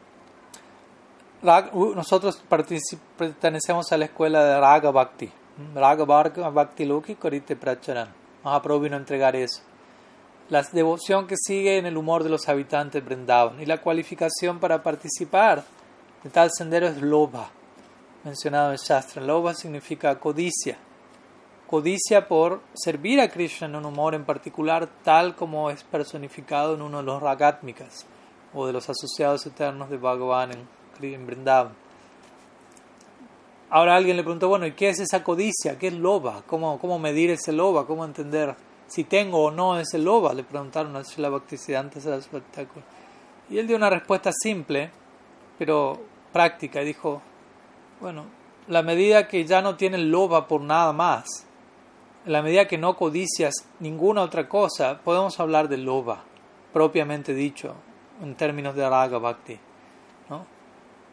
nosotros pertenecemos a la escuela de Raga Bhakti. Raga Bhakti Loki Korite Pracharan. Mahaprabhu vino a entregar eso. La devoción que sigue en el humor de los habitantes de Vrindavan. Y la cualificación para participar de tal sendero es Lobha, mencionado en Shastra. Lobha significa codicia. Codicia por servir a Krishna en un humor en particular, tal como es personificado en uno de los Ragatmikas, o de los asociados eternos de Bhagavan en Vrindavan. Ahora alguien le preguntó, bueno, ¿y qué es esa codicia? ¿Qué es Lobha? ¿Cómo medir ese Lobha? ¿Cómo entender si tengo o no ese Lobha? Le preguntaron a Srila Bhaktisiddhanta Saraswati Thakur. Y él dio una respuesta simple, pero práctica, y dijo, bueno, la medida que ya no tienes Lobha por nada más, en la medida que no codicias ninguna otra cosa, podemos hablar de Lobha, propiamente dicho, en términos de Raga Bhakti, ¿no?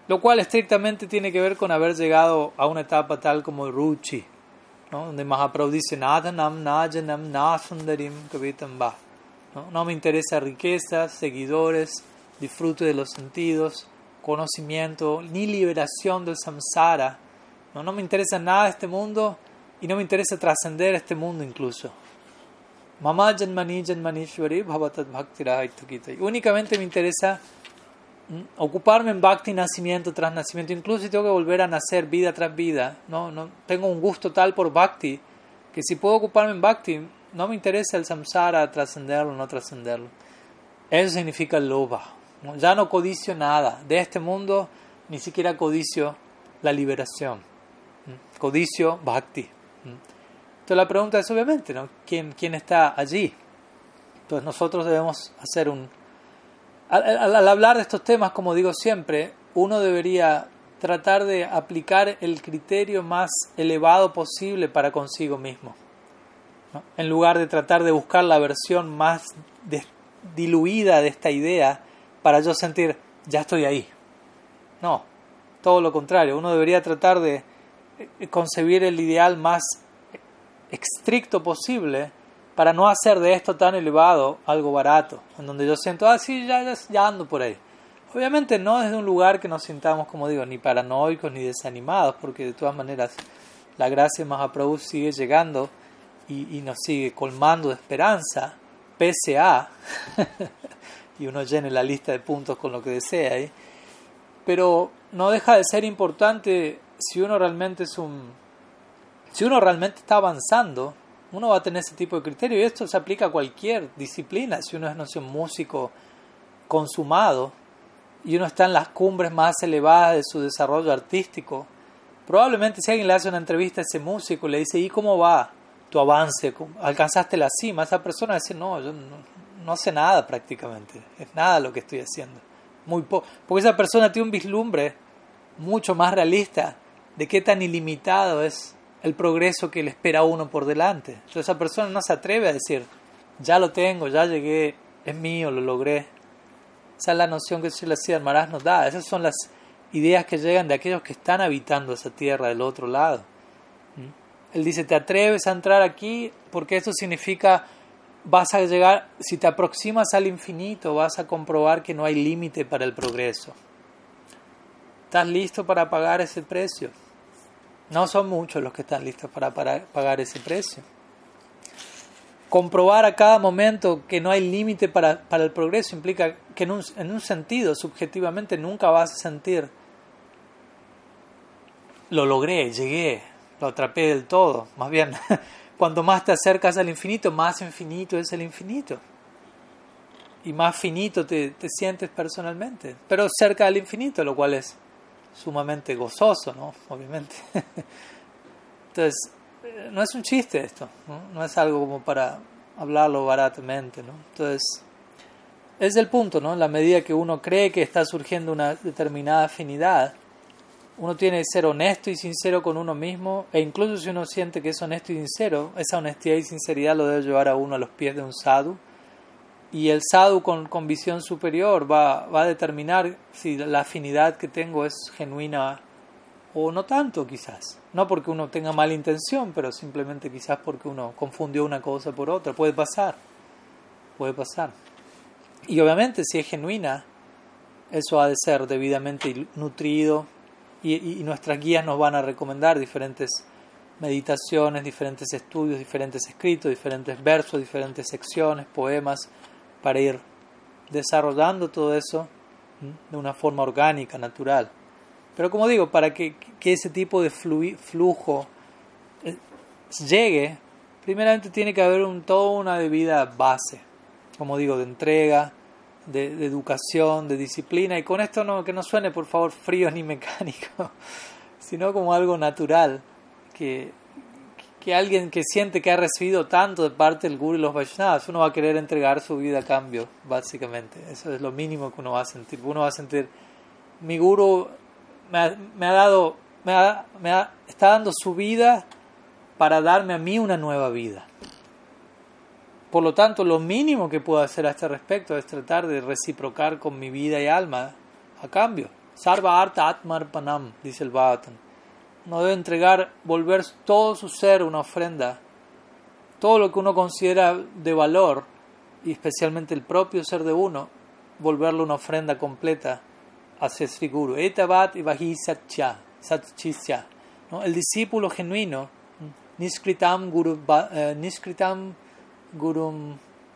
lo cual estrictamente tiene que ver con haber llegado a una etapa tal como Ruchi, ¿no? Donde Mahaprabhu dice, Nadanam, Najanam, Nasundarim, Kavitam Va. No me interesa riqueza, seguidores, disfrute de los sentidos, conocimiento, ni liberación del samsara. No me interesa nada de este mundo y no me interesa trascender este mundo incluso. Mama janmani janmanishwari bhavatat bhaktirahaitukitai. Únicamente me interesa ocuparme en bhakti nacimiento tras nacimiento, incluso si tengo que volver a nacer vida tras vida. No tengo un gusto tal por bhakti que si puedo ocuparme en bhakti, no me interesa el samsara, trascenderlo o no trascenderlo. Eso significa el loba. Ya no codicio nada de este mundo, ni siquiera codicio la liberación. Codicio bhakti. Entonces la pregunta es obviamente, ¿no? ¿Quién está allí? Entonces nosotros debemos hacer al hablar de estos temas, como digo siempre, uno debería tratar de aplicar el criterio más elevado posible para consigo mismo, ¿no? En lugar de tratar de buscar la versión más diluida de esta idea para yo sentir, ya estoy ahí. No, todo lo contrario. Uno debería tratar de concebir el ideal más estricto posible para no hacer de esto tan elevado algo barato, en donde yo siento, sí, ya ando por ahí. Obviamente no desde un lugar que nos sintamos, como digo, ni paranoicos ni desanimados, porque de todas maneras la gracia de Mahaprabhu sigue llegando y nos sigue colmando de esperanza, pese a, y uno llene la lista de puntos con lo que desea, ¿eh? Pero no deja de ser importante si uno realmente está avanzando, uno va a tener ese tipo de criterio, y esto se aplica a cualquier disciplina. Si uno es, no sé, un músico consumado y uno está en las cumbres más elevadas de su desarrollo artístico, probablemente si alguien le hace una entrevista a ese músico y le dice, ¿y cómo va tu avance? ¿Alcanzaste la cima? Esa persona dice, no, yo no sé nada prácticamente, es nada lo que estoy haciendo. Porque esa persona tiene un vislumbre mucho más realista de qué tan ilimitado es el progreso que le espera a uno por delante. Entonces esa persona no se atreve a decir, ya lo tengo, ya llegué, es mío, lo logré. Esa es la noción que Srila Sridhar Maharaj nos da. Esas son las ideas que llegan de aquellos que están habitando esa tierra del otro lado. Él dice, te atreves a entrar aquí porque esto significa, vas a llegar, si te aproximas al infinito, vas a comprobar que no hay límite para el progreso. ¿Estás listo para pagar ese precio? No son muchos los que están listos para pagar ese precio. Comprobar a cada momento que no hay límite para el progreso implica que en un sentido, subjetivamente, nunca vas a sentir, lo logré, llegué, lo atrapé del todo. Más bien, cuanto más te acercas al infinito, más infinito es el infinito. Y más finito te sientes personalmente. Pero cerca del infinito, lo cual es sumamente gozoso, ¿no? Obviamente. Entonces, no es un chiste esto, ¿no? No es algo como para hablarlo baratamente, ¿no? Entonces, es el punto, ¿no? En la medida que uno cree que está surgiendo una determinada afinidad, uno tiene que ser honesto y sincero con uno mismo, e incluso si uno siente que es honesto y sincero, esa honestidad y sinceridad lo debe llevar a uno a los pies de un sadhu. Y el sadhu con visión superior va a determinar si la afinidad que tengo es genuina o no tanto, quizás. No porque uno tenga mala intención, pero simplemente quizás porque uno confundió una cosa por otra. Puede pasar. Y obviamente si es genuina, eso ha de ser debidamente nutrido y nuestras guías nos van a recomendar diferentes meditaciones, diferentes estudios, diferentes escritos, diferentes versos, diferentes secciones, poemas, para ir desarrollando todo eso de una forma orgánica, natural. Pero como digo, para que ese tipo de flujo llegue, primeramente tiene que haber toda una debida base, como digo, de entrega, de educación, de disciplina, y con esto que no suene por favor frío ni mecánico, sino como algo natural, que alguien que siente que ha recibido tanto de parte del Guru y los Vaishnavas, uno va a querer entregar su vida a cambio, básicamente. Eso es lo mínimo que uno va a sentir. Uno va a sentir, mi Guru está dando su vida para darme a mí una nueva vida. Por lo tanto, lo mínimo que puedo hacer a este respecto es tratar de reciprocar con mi vida y alma a cambio. Sarva Artha Atmarpanam, dice el Bhagavatam. Uno debe entregar, volver todo su ser una ofrenda, todo lo que uno considera de valor, y especialmente el propio ser de uno, volverlo una ofrenda completa hacia Sri Guru. Etavat Ivahi Satchya, ¿no? El discípulo genuino, Niskritam Gurum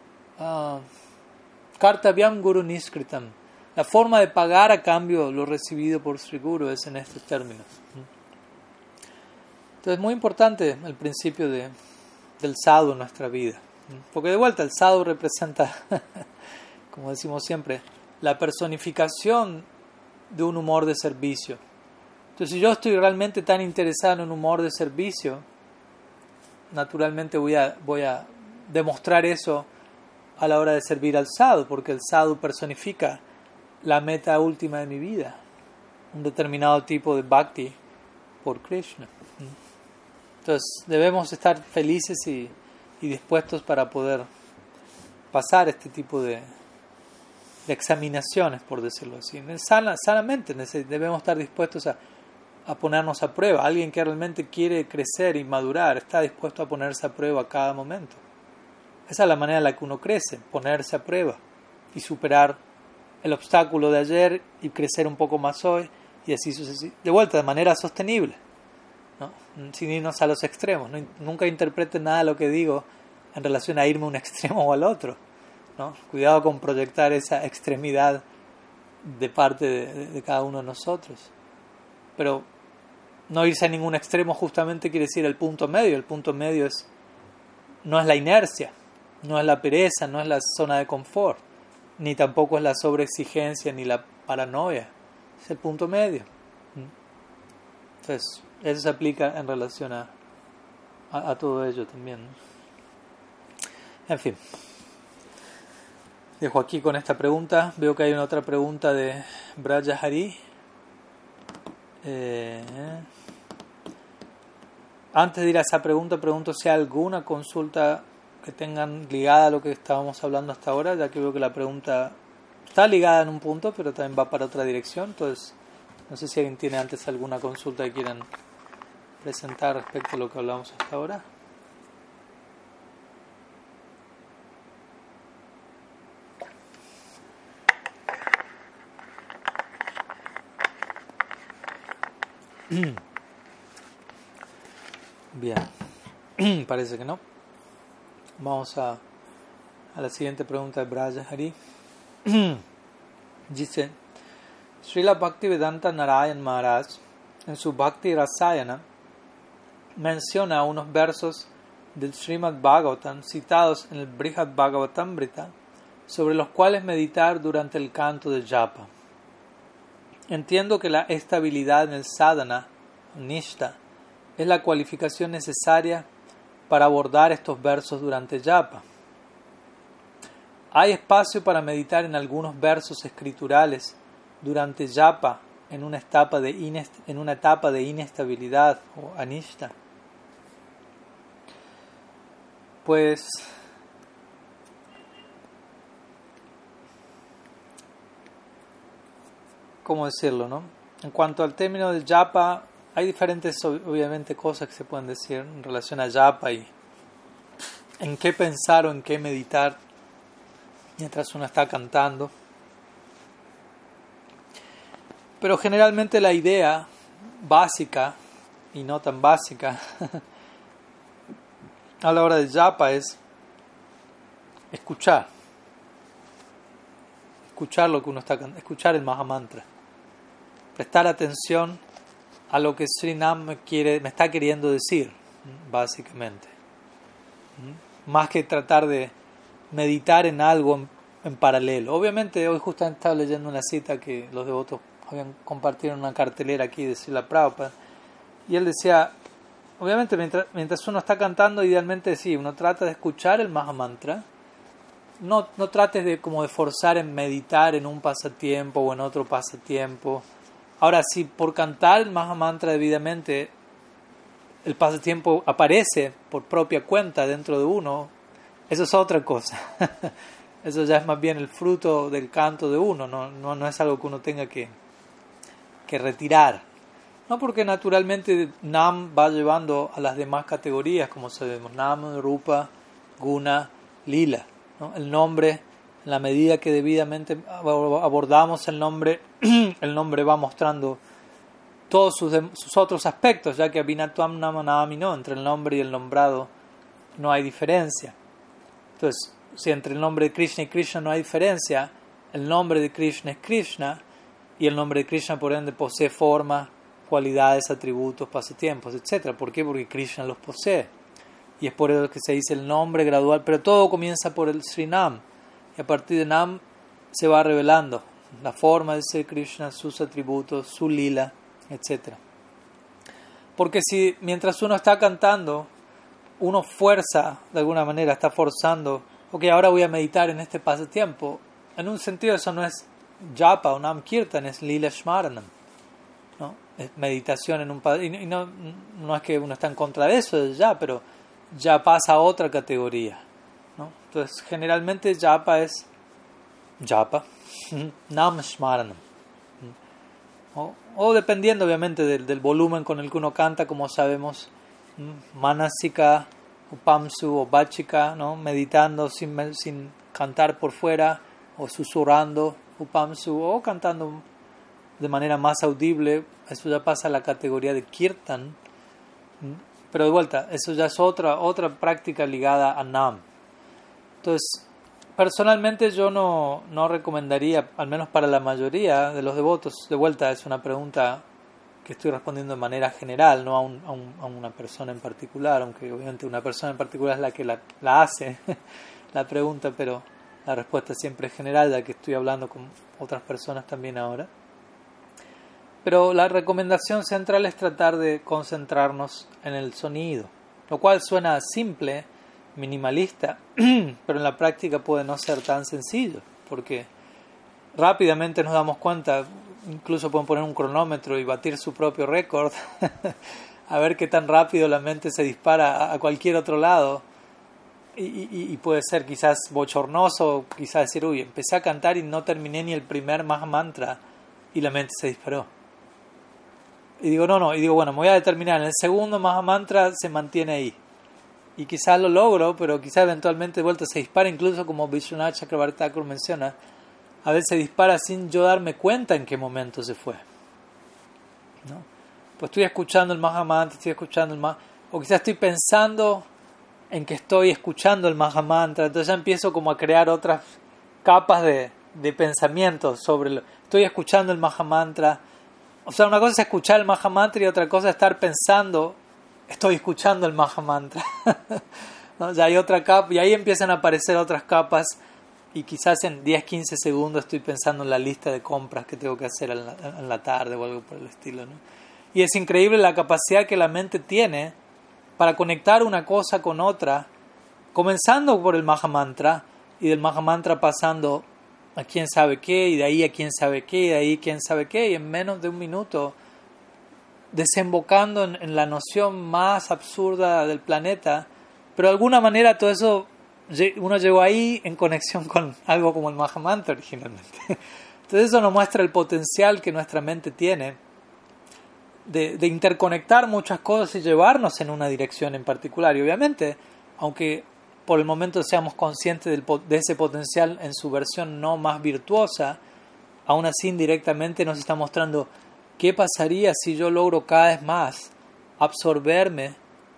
Kartavyam Guru Niskritam. La forma de pagar a cambio lo recibido por Sri Guru es en estos términos. Entonces es muy importante el principio del sadhu en nuestra vida. Porque de vuelta el sadhu representa, como decimos siempre, la personificación de un humor de servicio. Entonces si yo estoy realmente tan interesado en un humor de servicio, naturalmente voy a demostrar eso a la hora de servir al sadhu, porque el sadhu personifica la meta última de mi vida, un determinado tipo de bhakti por Krishna. Entonces debemos estar felices y dispuestos para poder pasar este tipo de examinaciones, por decirlo así. Sanamente debemos estar dispuestos a ponernos a prueba. Alguien que realmente quiere crecer y madurar está dispuesto a ponerse a prueba a cada momento. Esa es la manera en la que uno crece, ponerse a prueba y superar el obstáculo de ayer y crecer un poco más hoy y así sucesivamente. De vuelta, de manera sostenible, ¿no? Sin irnos a los extremos. Nunca interpreten nada de lo que digo en relación a irme a un extremo o al otro, ¿no? Cuidado con proyectar esa extremidad de parte de cada uno de nosotros. Pero no irse a ningún extremo justamente quiere decir el punto medio. El punto medio no es la inercia, no es la pereza, no es la zona de confort, ni tampoco es la sobreexigencia ni la paranoia. Es el punto medio. Entonces, eso se aplica en relación a todo ello también. En fin. Dejo aquí con esta pregunta. Veo que hay una otra pregunta de Braja Hari. Antes de ir a esa pregunta, pregunto si hay alguna consulta que tengan ligada a lo que estábamos hablando hasta ahora, ya que veo que la pregunta está ligada en un punto, pero también va para otra dirección. Entonces, no sé si alguien tiene antes alguna consulta que quieran presentar respecto a lo que hablamos hasta ahora. Bien, parece que no. Vamos a la siguiente pregunta de Braja Hari. Dice: Srila Bhaktivedanta Narayan Maharaj en su Bhakti Rasayana menciona unos versos del Srimad Bhagavatam citados en el Brihad Bhagavatamrita sobre los cuales meditar durante el canto de japa. Entiendo que la estabilidad en el sadhana, nishta, es la cualificación necesaria para abordar estos versos durante japa. Hay espacio para meditar en algunos versos escriturales durante japa en una etapa de inestabilidad o anishta. Pues ¿cómo decirlo, no? En cuanto al término del japa, hay diferentes, obviamente, cosas que se pueden decir en relación a japa y en qué pensar o en qué meditar mientras uno está cantando. Pero generalmente la idea básica y no tan básica a la hora del japa es escuchar lo que uno está cantando, escuchar el Mahamantra, prestar atención a lo que Srinam me está queriendo decir, básicamente, más que tratar de meditar en algo en paralelo. Obviamente hoy justamente estaba leyendo una cita que los devotos habían compartido en una cartelera aquí de Srila Prabhupada, y él decía, obviamente mientras uno está cantando, idealmente sí, uno trata de escuchar el Mahamantra, no trates de forzar en meditar en un pasatiempo o en otro pasatiempo. Ahora, si por cantar el Mahamantra debidamente el pasatiempo aparece por propia cuenta dentro de uno, eso es otra cosa. Eso ya es más bien el fruto del canto de uno, no es algo que uno tenga que que retirar. No porque naturalmente Nam va llevando a las demás categorías, como sabemos, Nam, Rupa, Guna, Lila, ¿no? El nombre, en la medida que debidamente abordamos el nombre va mostrando todos sus otros aspectos, ya que Abhinatvam Namanami, no, entre el nombre y el nombrado no hay diferencia. Entonces, si entre el nombre de Krishna y Krishna no hay diferencia, el nombre de Krishna es Krishna y el nombre de Krishna por ende posee forma, cualidades, atributos, pasatiempos, etc. ¿Por qué? Porque Krishna los posee. Y es por eso que se dice el nombre gradual, pero todo comienza por el Srinam. Y a partir de Nam se va revelando la forma de ser Krishna, sus atributos, su lila, etc. Porque si mientras uno está cantando, uno fuerza, de alguna manera, está forzando, ok, ahora voy a meditar en este pasatiempo, en un sentido eso no es japa o nam kirtan, es lila shmaranam, ¿no? Es meditación en un y no es que uno está en contra de eso ya, pero ya pasa a otra categoría, ¿no? Entonces generalmente japa es japa, nam shmaranam, o dependiendo obviamente del volumen con el que uno canta, como sabemos, manasika, upamsu o bachika, ¿no? Meditando sin cantar por fuera, o susurrando upamsu, o cantando de manera más audible, eso ya pasa a la categoría de kirtan. Pero de vuelta, eso ya es otra práctica ligada a Nam. Entonces, personalmente yo no recomendaría, al menos para la mayoría de los devotos, de vuelta es una pregunta que estoy respondiendo de manera general, no a una persona en particular, aunque obviamente una persona en particular es la que la hace la pregunta, pero la respuesta siempre es general, ya que estoy hablando con otras personas también ahora. Pero la recomendación central es tratar de concentrarnos en el sonido, lo cual suena simple, minimalista, pero en la práctica puede no ser tan sencillo, porque rápidamente nos damos cuenta, incluso pueden poner un cronómetro y batir su propio récord, a ver qué tan rápido la mente se dispara a cualquier otro lado, y puede ser quizás bochornoso, quizás decir, uy, empecé a cantar y no terminé ni el primer Maha Mantra y la mente se disparó. Y digo, bueno, me voy a determinar, en el segundo Maha Mantra se mantiene ahí. Y quizás lo logro, pero quizás eventualmente de vuelta se dispara, incluso como Vishwanath Chakravarti Thakur menciona, a veces se dispara sin yo darme cuenta en qué momento se fue, ¿no? Pues estoy escuchando el Maha Mantra, o quizás estoy pensando en que estoy escuchando el Maha Mantra, entonces ya empiezo como a crear otras capas de pensamientos sobre estoy escuchando el Maha Mantra. O sea, una cosa es escuchar el Maha Mantra y otra cosa es estar pensando, estoy escuchando el Maha Mantra. ¿No? Ya hay otra capa, y ahí empiezan a aparecer otras capas, y quizás en 10-15 segundos estoy pensando en la lista de compras que tengo que hacer en la tarde o algo por el estilo, ¿no? Y es increíble la capacidad que la mente tiene para conectar una cosa con otra, comenzando por el Maha Mantra, y del Maha Mantra pasando a quién sabe qué, y de ahí a quién sabe qué, y de ahí quién sabe qué, y en menos de un minuto desembocando en la noción más absurda del planeta, pero de alguna manera todo eso uno llegó ahí en conexión con algo como el Maha Mantra originalmente. Entonces eso nos muestra el potencial que nuestra mente tiene de interconectar muchas cosas y llevarnos en una dirección en particular. Y obviamente, aunque por el momento seamos conscientes de ese potencial en su versión no más virtuosa, aún así indirectamente nos está mostrando qué pasaría si yo logro cada vez más absorberme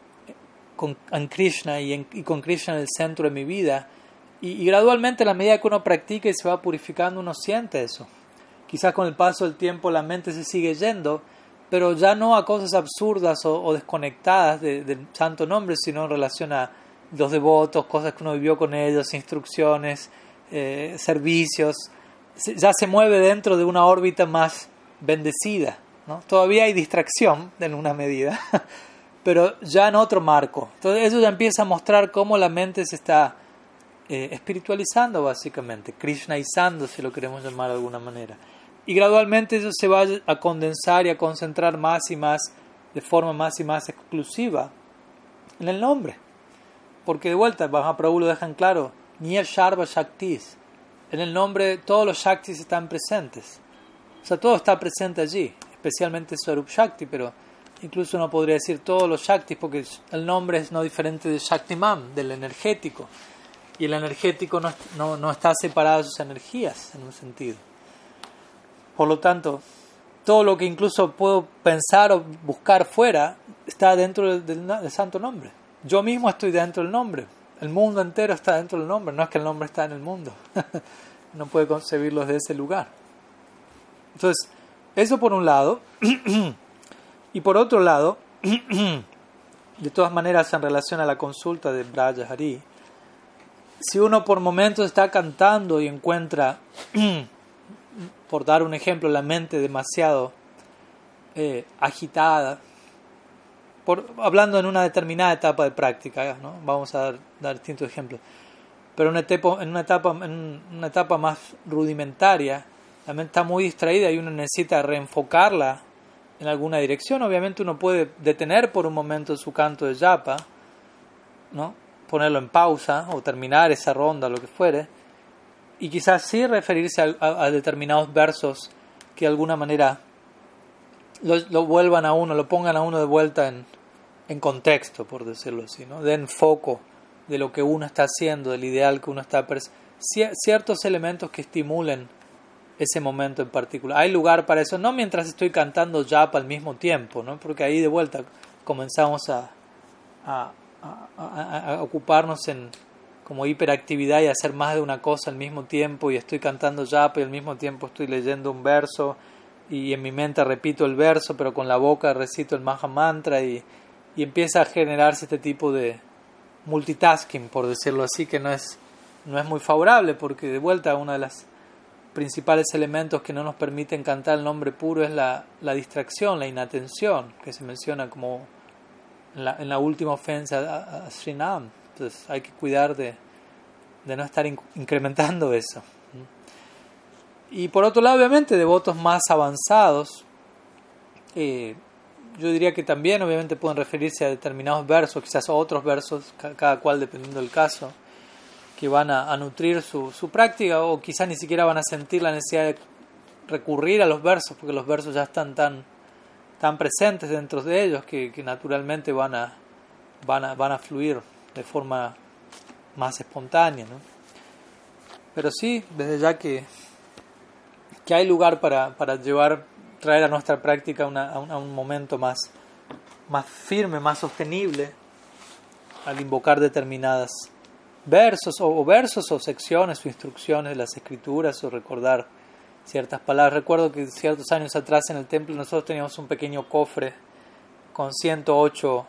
en Krishna y con Krishna en el centro de mi vida, y gradualmente a la medida que uno practica y se va purificando uno siente eso. Quizás con el paso del tiempo la mente se sigue yendo, pero ya no a cosas absurdas o desconectadas del santo nombre, sino en relación a los devotos, cosas que uno vivió con ellos, instrucciones, servicios. Ya se mueve dentro de una órbita más bendecida, ¿no? Todavía hay distracción en una medida, pero ya en otro marco. Entonces eso ya empieza a mostrar cómo la mente se está espiritualizando básicamente, krishnizando, si lo queremos llamar de alguna manera. Y gradualmente eso se va a condensar y a concentrar más y más, de forma más y más exclusiva, en el nombre. Porque de vuelta, Mahaprabhu lo dejan claro, Niya Sharva Shaktis. En el nombre todos los Shaktis están presentes. O sea, todo está presente allí. especialmente Swarup Shakti, pero incluso uno podría decir todos los Shaktis, porque el nombre es no diferente de Shaktiman, del energético, y el energético no está separado de sus energías en un sentido. Por lo tanto, todo lo que incluso puedo pensar o buscar fuera está dentro del santo nombre. Yo mismo estoy dentro del nombre. El mundo entero está dentro del nombre. No es que el nombre está en el mundo. No puede concebirlo desde ese lugar. Entonces, eso por un lado. Y por otro lado, de todas maneras, en relación a la consulta de Braja Hari, si uno por momentos está cantando y encuentra, por dar un ejemplo, la mente demasiado agitada, hablando en una determinada etapa de práctica, ¿no? Vamos a dar distintos ejemplos, pero en una etapa más rudimentaria, la mente está muy distraída y uno necesita reenfocarla en alguna dirección. Obviamente uno puede detener por un momento su canto de japa, ¿no? Ponerlo en pausa o terminar esa ronda, lo que fuere, y quizás sí referirse a determinados versos que de alguna manera lo vuelvan a uno, lo pongan a uno de vuelta en contexto, por decirlo así, ¿no? Den foco de lo que uno está haciendo, del ideal que uno está ciertos elementos que estimulen ese momento en particular. Hay lugar para eso, no mientras estoy cantando japa al mismo tiempo, ¿no? Porque ahí de vuelta comenzamos a ocuparnos en como hiperactividad y hacer más de una cosa al mismo tiempo, y estoy cantando japa y al mismo tiempo estoy leyendo un verso y en mi mente repito el verso, pero con la boca recito el Maha Mantra, y empieza a generarse este tipo de multitasking, por decirlo así, que no es muy favorable, porque de vuelta uno de los principales elementos que no nos permiten cantar el nombre puro es la distracción, la inatención, que se menciona como en la última ofensa a Srinam. Entonces hay que cuidar de no estar incrementando eso. Y por otro lado, obviamente, devotos más avanzados, yo diría que también obviamente pueden referirse a determinados versos, quizás a otros versos, cada cual dependiendo del caso, que van a nutrir su práctica, o quizás ni siquiera van a sentir la necesidad de recurrir a los versos, porque los versos ya están tan presentes dentro de ellos que naturalmente van a fluir de forma más espontánea, ¿no? Pero sí, desde ya que hay lugar para traer a nuestra práctica a un momento más firme, más sostenible, al invocar determinadas versos o secciones o instrucciones de las escrituras, o recordar ciertas palabras. Recuerdo que ciertos años atrás en el templo nosotros teníamos un pequeño cofre con 108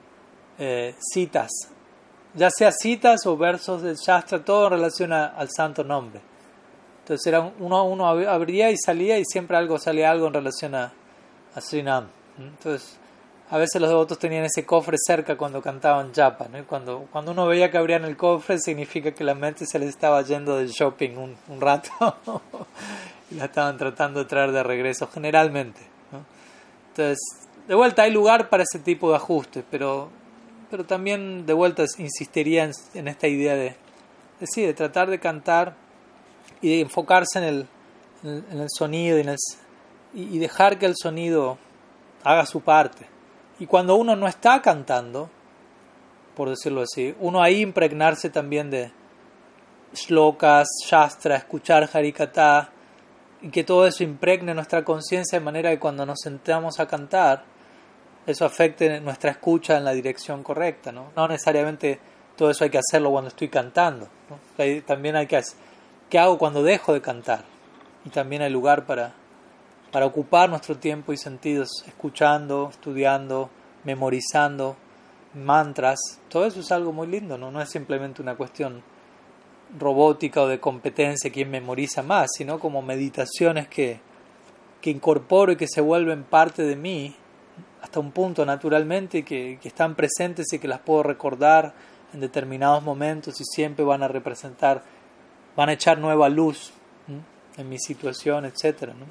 citas, ya sea citas o versos del Shastra, todo en relación al santo nombre. Entonces uno abría y salía, y siempre salía algo en relación a Srinam. Entonces a veces los devotos tenían ese cofre cerca cuando cantaban japa, ¿no? Y cuando uno veía que abrían el cofre, significa que la mente se les estaba yendo del shopping un rato y la estaban tratando de traer de regreso generalmente, ¿no? Entonces, de vuelta hay lugar para ese tipo de ajustes, pero también de vuelta insistiría en esta idea de tratar de cantar y de enfocarse en el sonido y dejar que el sonido haga su parte. Y cuando uno no está cantando, por decirlo así, uno ahí impregnarse también de shlokas, shastra, escuchar harikatha, y que todo eso impregne nuestra conciencia de manera que cuando nos sentamos a cantar, eso afecte nuestra escucha en la dirección correcta, ¿no? No necesariamente todo eso hay que hacerlo cuando estoy cantando, ¿no? También hay que hacer, ¿qué hago cuando dejo de cantar? Y también hay lugar para ocupar nuestro tiempo y sentidos escuchando, estudiando, memorizando mantras. Todo eso es algo muy lindo, ¿no? No es simplemente una cuestión robótica o de competencia quién memoriza más, sino como meditaciones que incorporo y que se vuelven parte de mí hasta un punto naturalmente, que están presentes y que las puedo recordar en determinados momentos y siempre van a representar, van a echar nueva luz, ¿no?, en mi situación, etcétera, ¿no?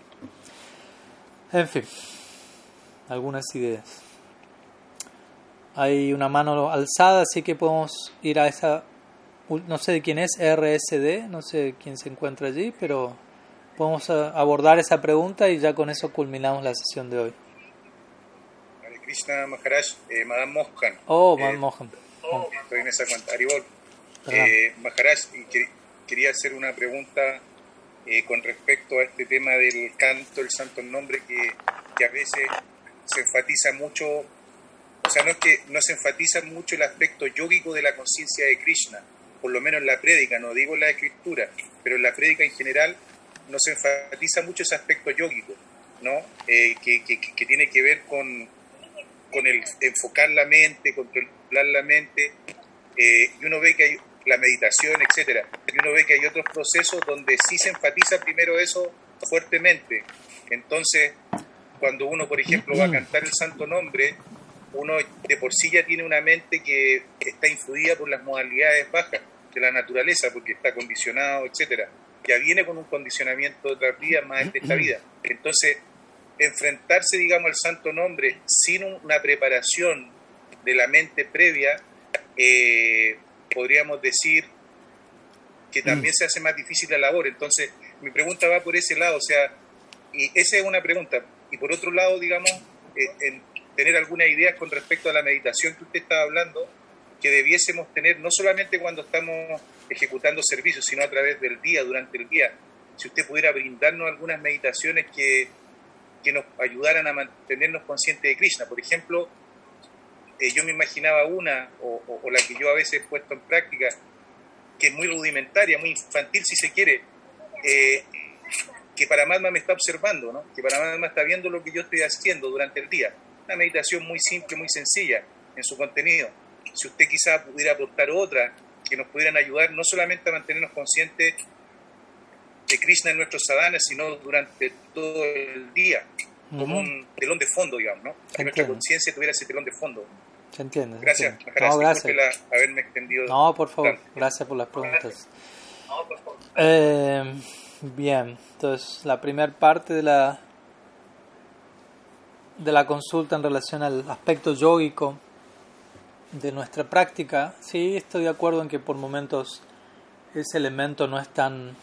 En fin, algunas ideas. Hay una mano alzada, así que podemos ir a esa, no sé de quién es, RSD, no sé quién se encuentra allí, pero podemos abordar esa pregunta y ya con eso culminamos la sesión de hoy. Hare Krishna Maharaj, Madame Mohan. Oh, Madame Mohan. Estoy en esa cuenta. Haribol. Maharaj, quería hacer una pregunta con respecto a este tema del canto, el santo nombre, que a veces se enfatiza mucho, o sea, no es que no se enfatiza mucho el aspecto yógico de la conciencia de Krishna, por lo menos en la prédica, no digo en la escritura, pero en la prédica en general no se enfatiza mucho ese aspecto yógico, ¿no? Que tiene que ver con el enfocar la mente, controlar la mente, y uno ve que hay la meditación, etcétera, y uno ve que hay otros procesos donde sí se enfatiza primero eso fuertemente. Entonces, cuando uno, por ejemplo, va a cantar el santo nombre, uno de por sí ya tiene una mente que está influida por las modalidades bajas de la naturaleza, porque está condicionado, etcétera. Ya viene con un condicionamiento de otras vidas más de esta vida. Entonces, enfrentarse, digamos, al santo nombre sin una preparación de la mente previa, podríamos decir que también se hace más difícil la labor. Entonces, mi pregunta va por ese lado, o sea, y esa es una pregunta. Y por otro lado, digamos, en tener algunas ideas con respecto a la meditación que usted estaba hablando, que debiésemos tener no solamente cuando estamos ejecutando servicios, sino a través del día, durante el día. Si usted pudiera brindarnos algunas meditaciones que nos ayudaran a mantenernos conscientes de Krishna. Por ejemplo, yo me imaginaba una, o la que yo a veces he puesto en práctica, que es muy rudimentaria, muy infantil si se quiere, que Paramatma me está observando, ¿no? Que Paramatma está viendo lo que yo estoy haciendo durante el día. Una meditación muy simple, muy sencilla en su contenido. Si usted quizá pudiera aportar otra, que nos pudieran ayudar no solamente a mantenernos conscientes de Krishna en nuestros sadhanas, sino durante todo el día, como un telón de fondo, digamos, ¿no? Que nuestra conciencia tuviera ese telón de fondo. Se entiende. Gracias, Maharaj. No, gracias. Haberme extendido. No, por favor, gracias por las preguntas. Bien, entonces la primera parte de la consulta en relación al aspecto yógico de nuestra práctica, sí, estoy de acuerdo en que por momentos ese elemento no es tan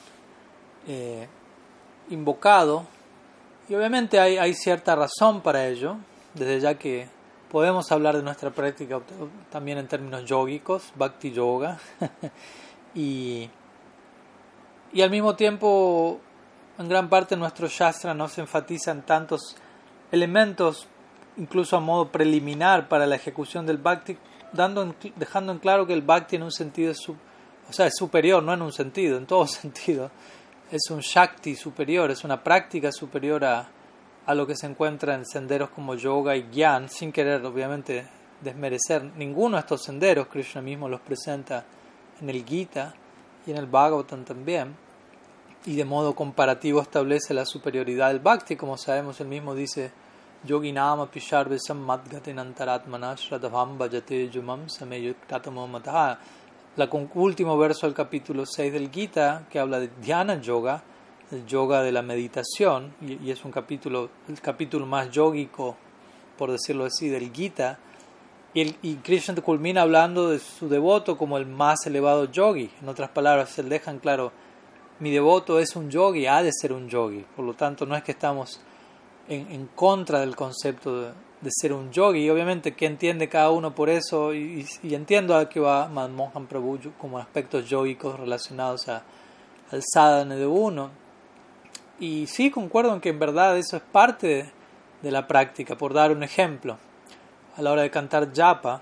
invocado, y obviamente hay cierta razón para ello, desde ya que podemos hablar de nuestra práctica también en términos yógicos, bhakti yoga, y al mismo tiempo en gran parte nuestro shastra no se enfatizan tantos elementos, incluso a modo preliminar para la ejecución del bhakti, dejando en claro que el bhakti en un sentido es superior, no en un sentido, en todo sentido. Es un shakti superior, es una práctica superior a lo que se encuentra en senderos como yoga y gyan, sin querer obviamente desmerecer ninguno de estos senderos. Krishna mismo los presenta en el Gita y en el Bhagavatam también, y de modo comparativo establece la superioridad del bhakti. Como sabemos, él mismo dice: Yoginama pisharvesam madgatin antaratmana shradhavam bhajate yumam sameyuktatamo mataha. El último verso del capítulo 6 del Gita, que habla de dhyana yoga, el yoga de la meditación, y es el capítulo más yógico, por decirlo así, del Gita, y Krishna culmina hablando de su devoto como el más elevado yogi. En otras palabras, él deja en claro: mi devoto es un yogi, ha de ser un yogi. Por lo tanto, no es que estamos en contra del concepto de ser un yogi, y obviamente que entiende cada uno por eso, y entiendo a qué va Manmohan Prabhu como aspectos yógicos relacionados al sadhana de uno, y sí concuerdo en que en verdad eso es parte de la práctica. Por dar un ejemplo, a la hora de cantar japa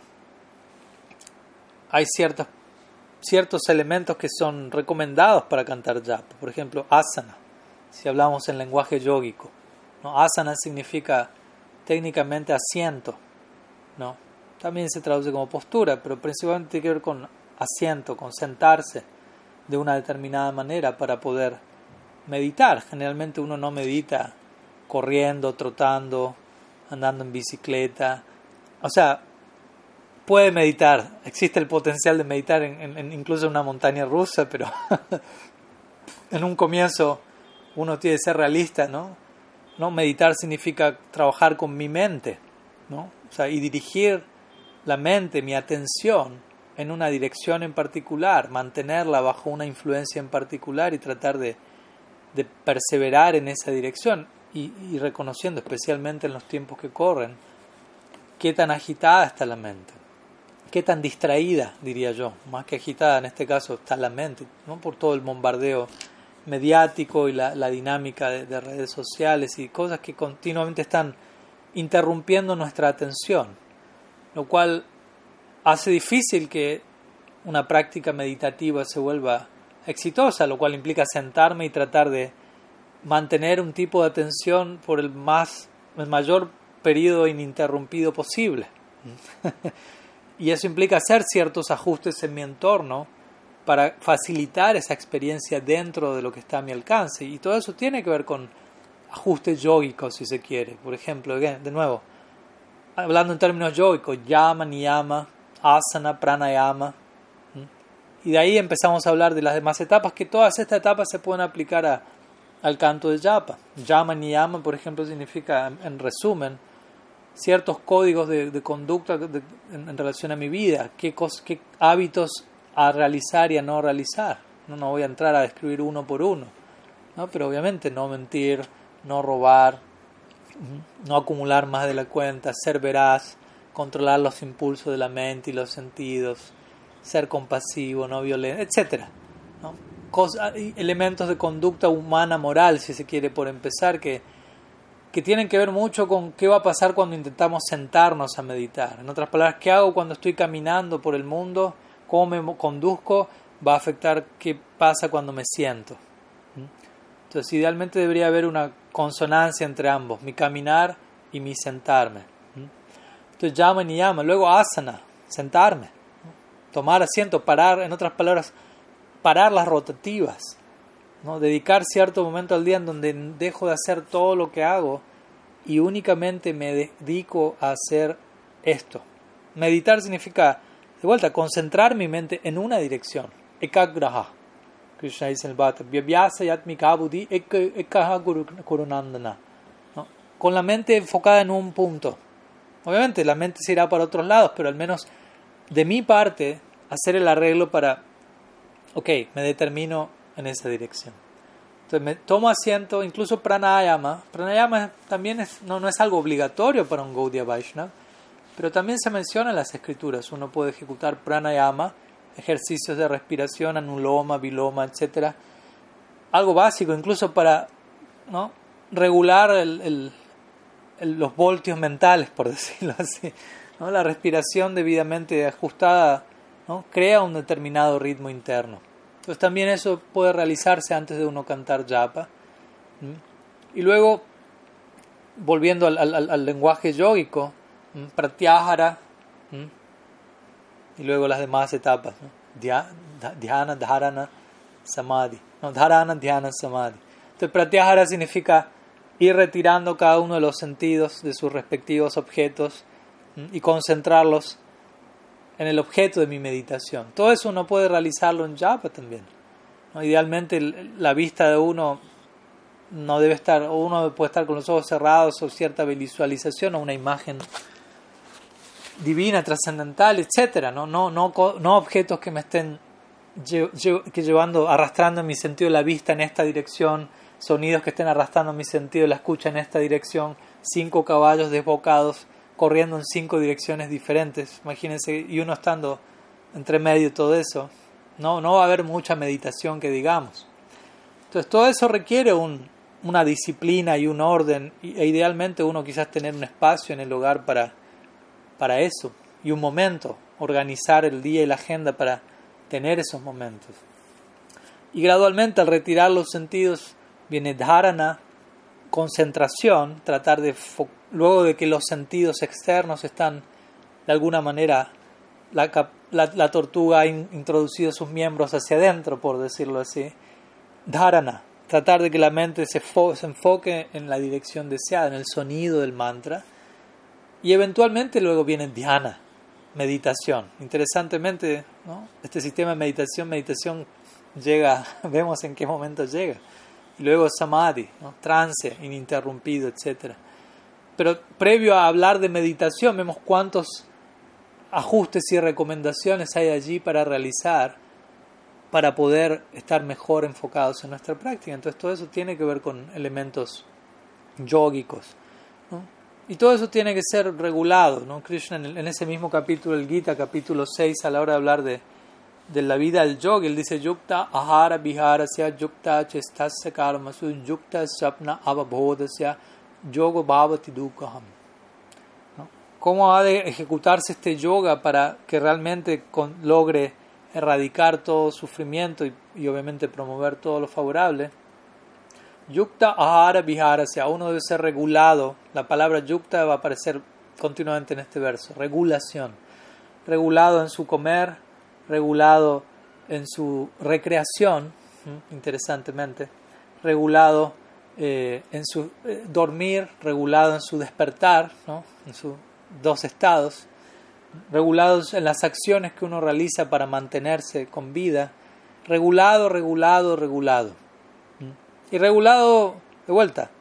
hay ciertos elementos que son recomendados para cantar japa. Por ejemplo, asana, si hablamos en lenguaje yógico, ¿no? Asana significa técnicamente asiento, ¿no? También se traduce como postura, pero principalmente tiene que ver con asiento, con sentarse de una determinada manera para poder meditar. Generalmente uno no medita corriendo, trotando, andando en bicicleta. O sea, puede meditar, existe el potencial de meditar incluso en una montaña rusa, pero en un comienzo uno tiene que ser realista, ¿no? No, meditar significa trabajar con mi mente, ¿no? O sea, y dirigir la mente, mi atención, en una dirección en particular, mantenerla bajo una influencia en particular y tratar de de perseverar en esa dirección y reconociendo, especialmente en los tiempos que corren, qué tan agitada está la mente, qué tan distraída, diría yo, más que agitada en este caso está la mente, ¿no? Por todo el bombardeo mediático y la dinámica de redes sociales y cosas que continuamente están interrumpiendo nuestra atención, lo cual hace difícil que una práctica meditativa se vuelva exitosa, lo cual implica sentarme y tratar de mantener un tipo de atención por el mayor periodo ininterrumpido posible. Y eso implica hacer ciertos ajustes en mi entorno para facilitar esa experiencia dentro de lo que está a mi alcance. Y todo eso tiene que ver con ajustes yógicos, si se quiere. Por ejemplo, de nuevo, hablando en términos yógicos, yama, niyama, asana, pranayama. Y de ahí empezamos a hablar de las demás etapas, que todas estas etapas se pueden aplicar al canto de japa. Yama, niyama, por ejemplo, significa, en resumen, ciertos códigos de conducta en relación a mi vida, qué hábitos a realizar y a no realizar. No voy a entrar a describir uno por uno, ¿no? Pero obviamente no mentir, no robar, no acumular más de la cuenta, ser veraz, controlar los impulsos de la mente y los sentidos, ser compasivo, no violento, etc., ¿no? Elementos de conducta humana moral, si se quiere, por empezar, que tienen que ver mucho con qué va a pasar cuando intentamos sentarnos a meditar. En otras palabras, qué hago cuando estoy caminando por el mundo, cómo me conduzco, va a afectar qué pasa cuando me siento. Entonces, idealmente debería haber una consonancia entre ambos, mi caminar y mi sentarme. Entonces, yama y niyama. Luego asana, sentarme, tomar asiento, parar, en otras palabras, parar las rotativas, ¿no? Dedicar cierto momento al día en donde dejo de hacer todo lo que hago y únicamente me dedico a hacer esto. Meditar significa, de vuelta, concentrar mi mente en una dirección. Ekagraha. Krishna dice en el Bhagavad Gita, Vyabhyasa yatmika buddhi ekaha kurunandana. ¿No? Con la mente enfocada en un punto. Obviamente la mente se irá para otros lados, pero al menos de mi parte, hacer el arreglo para, me determino en esa dirección. Entonces me tomo asiento, incluso pranayama. Pranayama también no es algo obligatorio para un Gaudiya Vaishnava, pero también se menciona en las escrituras. Uno puede ejecutar pranayama, ejercicios de respiración, anuloma, viloma, etc. Algo básico, incluso para, ¿no?, regular los voltios mentales, por decirlo así, ¿no? La respiración debidamente ajustada, ¿no?, crea un determinado ritmo interno. Entonces también eso puede realizarse antes de uno cantar japa. Y luego, volviendo al lenguaje yógico, pratyahara, y luego las demás etapas, ¿no? Dhyana, dharana, samadhi. No, dharana, dhyana, samadhi. Entonces pratyahara significa ir retirando cada uno de los sentidos de sus respectivos objetos y concentrarlos en el objeto de mi meditación. Todo eso uno puede realizarlo en japa también, ¿no? Idealmente la vista de uno no debe estar, o uno puede estar con los ojos cerrados o cierta visualización o una imagen divina, trascendental, etcétera, no objetos que me estén arrastrando mi sentido de la vista en esta dirección, sonidos que estén arrastrando mi sentido de la escucha en esta dirección, 5 caballos desbocados corriendo en 5 direcciones diferentes, imagínense, y uno estando entre medio de todo eso, no va a haber mucha meditación que digamos. Entonces todo eso requiere una disciplina y un orden, e idealmente uno quizás tener un espacio en el hogar para eso, y un momento, organizar el día y la agenda para tener esos momentos. Y gradualmente al retirar los sentidos viene dharana, concentración, tratar de luego de que los sentidos externos están de alguna manera, la tortuga ha introducido sus miembros hacia adentro, por decirlo así, dharana, tratar de que la mente se enfoque en la dirección deseada, en el sonido del mantra. Y eventualmente luego viene dhyana, meditación. Interesantemente, ¿no?, este sistema de meditación llega, vemos en qué momento llega. Y luego samadhi, ¿no?, trance ininterrumpido, etc. Pero previo a hablar de meditación, vemos cuántos ajustes y recomendaciones hay allí para realizar para poder estar mejor enfocados en nuestra práctica. Entonces todo eso tiene que ver con elementos yógicos, ¿no? Y todo eso tiene que ser regulado, ¿no? Krishna en ese mismo capítulo del Gita, capítulo 6, a la hora de hablar de la vida del yogi, él dice yukta ahara viharasya yukta chestasya karmasu yukta sapna avabodasya yogo bhavati dukaham, ¿no? ¿Cómo ha de ejecutarse este yoga para que realmente logre erradicar todo sufrimiento y obviamente promover todo lo favorable? Yukta ahara viharasya, uno debe ser regulado. La palabra yukta va a aparecer continuamente en este verso. Regulación. Regulado en su comer, regulado en su recreación, interesantemente. Regulado en su dormir, regulado en su despertar, ¿no? En sus dos estados. Regulados en las acciones que uno realiza para mantenerse con vida. Regulado, regulado, regulado. Y regulado, de vuelta,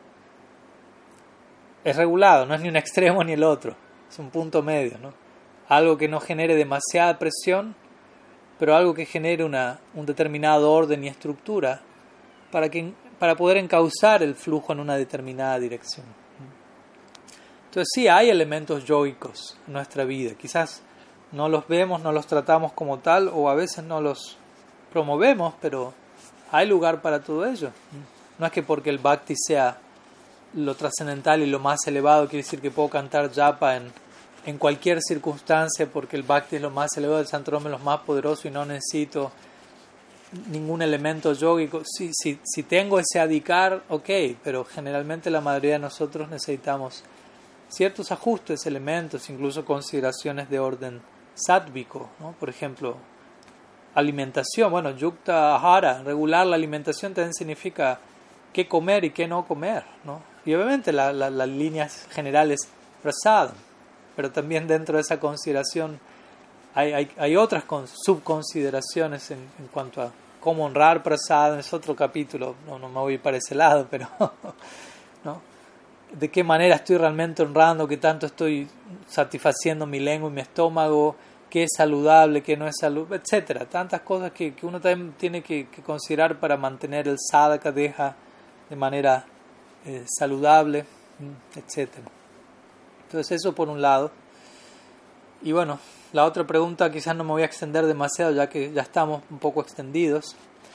es regulado, no es ni un extremo ni el otro, es un punto medio, ¿no? Algo que no genere demasiada presión, pero algo que genere un determinado orden y estructura para poder encauzar el flujo en una determinada dirección. Entonces sí, hay elementos yógicos en nuestra vida, quizás no los vemos, no los tratamos como tal, o a veces no los promovemos, pero hay lugar para todo ello. No es que porque el bhakti sea lo trascendental y lo más elevado quiere decir que puedo cantar japa en cualquier circunstancia porque el bhakti es lo más elevado, el santo nombre es lo más poderoso y no necesito ningún elemento yógico. Si tengo ese adhikar, ok, pero generalmente la mayoría de nosotros necesitamos ciertos ajustes, elementos, incluso consideraciones de orden sátvico, ¿no? Por ejemplo, alimentación, bueno, yukta ahara, regular la alimentación también significa qué comer y qué no comer, ¿no? Y obviamente las líneas generales prasadam, pero también dentro de esa consideración hay otras subconsideraciones en cuanto a cómo honrar prasadam, es otro capítulo, no me voy para ese lado, pero ¿no? De qué manera estoy realmente honrando, qué tanto estoy satisfaciendo mi lengua y mi estómago, qué es saludable, qué no es saludable, etcétera. Tantas cosas que uno también tiene que considerar para mantener el sadhaka deja de manera saludable, etcétera. Entonces eso por un lado. Y bueno, la otra pregunta quizás no me voy a extender demasiado ya que ya estamos un poco extendidos.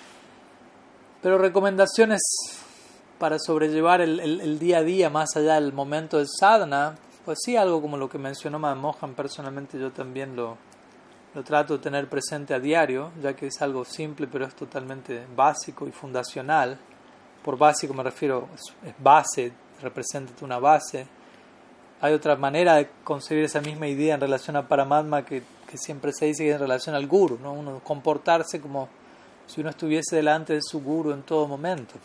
Pero recomendaciones para sobrellevar el día a día más allá del momento del sadhana, pues sí, algo como lo que mencionó Madan Mohan, personalmente yo también lo trato de tener presente a diario, ya que es algo simple pero es totalmente básico y fundacional. Por básico me refiero, es base, representa una base. Hay otra manera de concebir esa misma idea en relación a Paramatma que siempre se dice que es en relación al guru, ¿no? Uno comportarse como si uno estuviese delante de su guru en todo momento.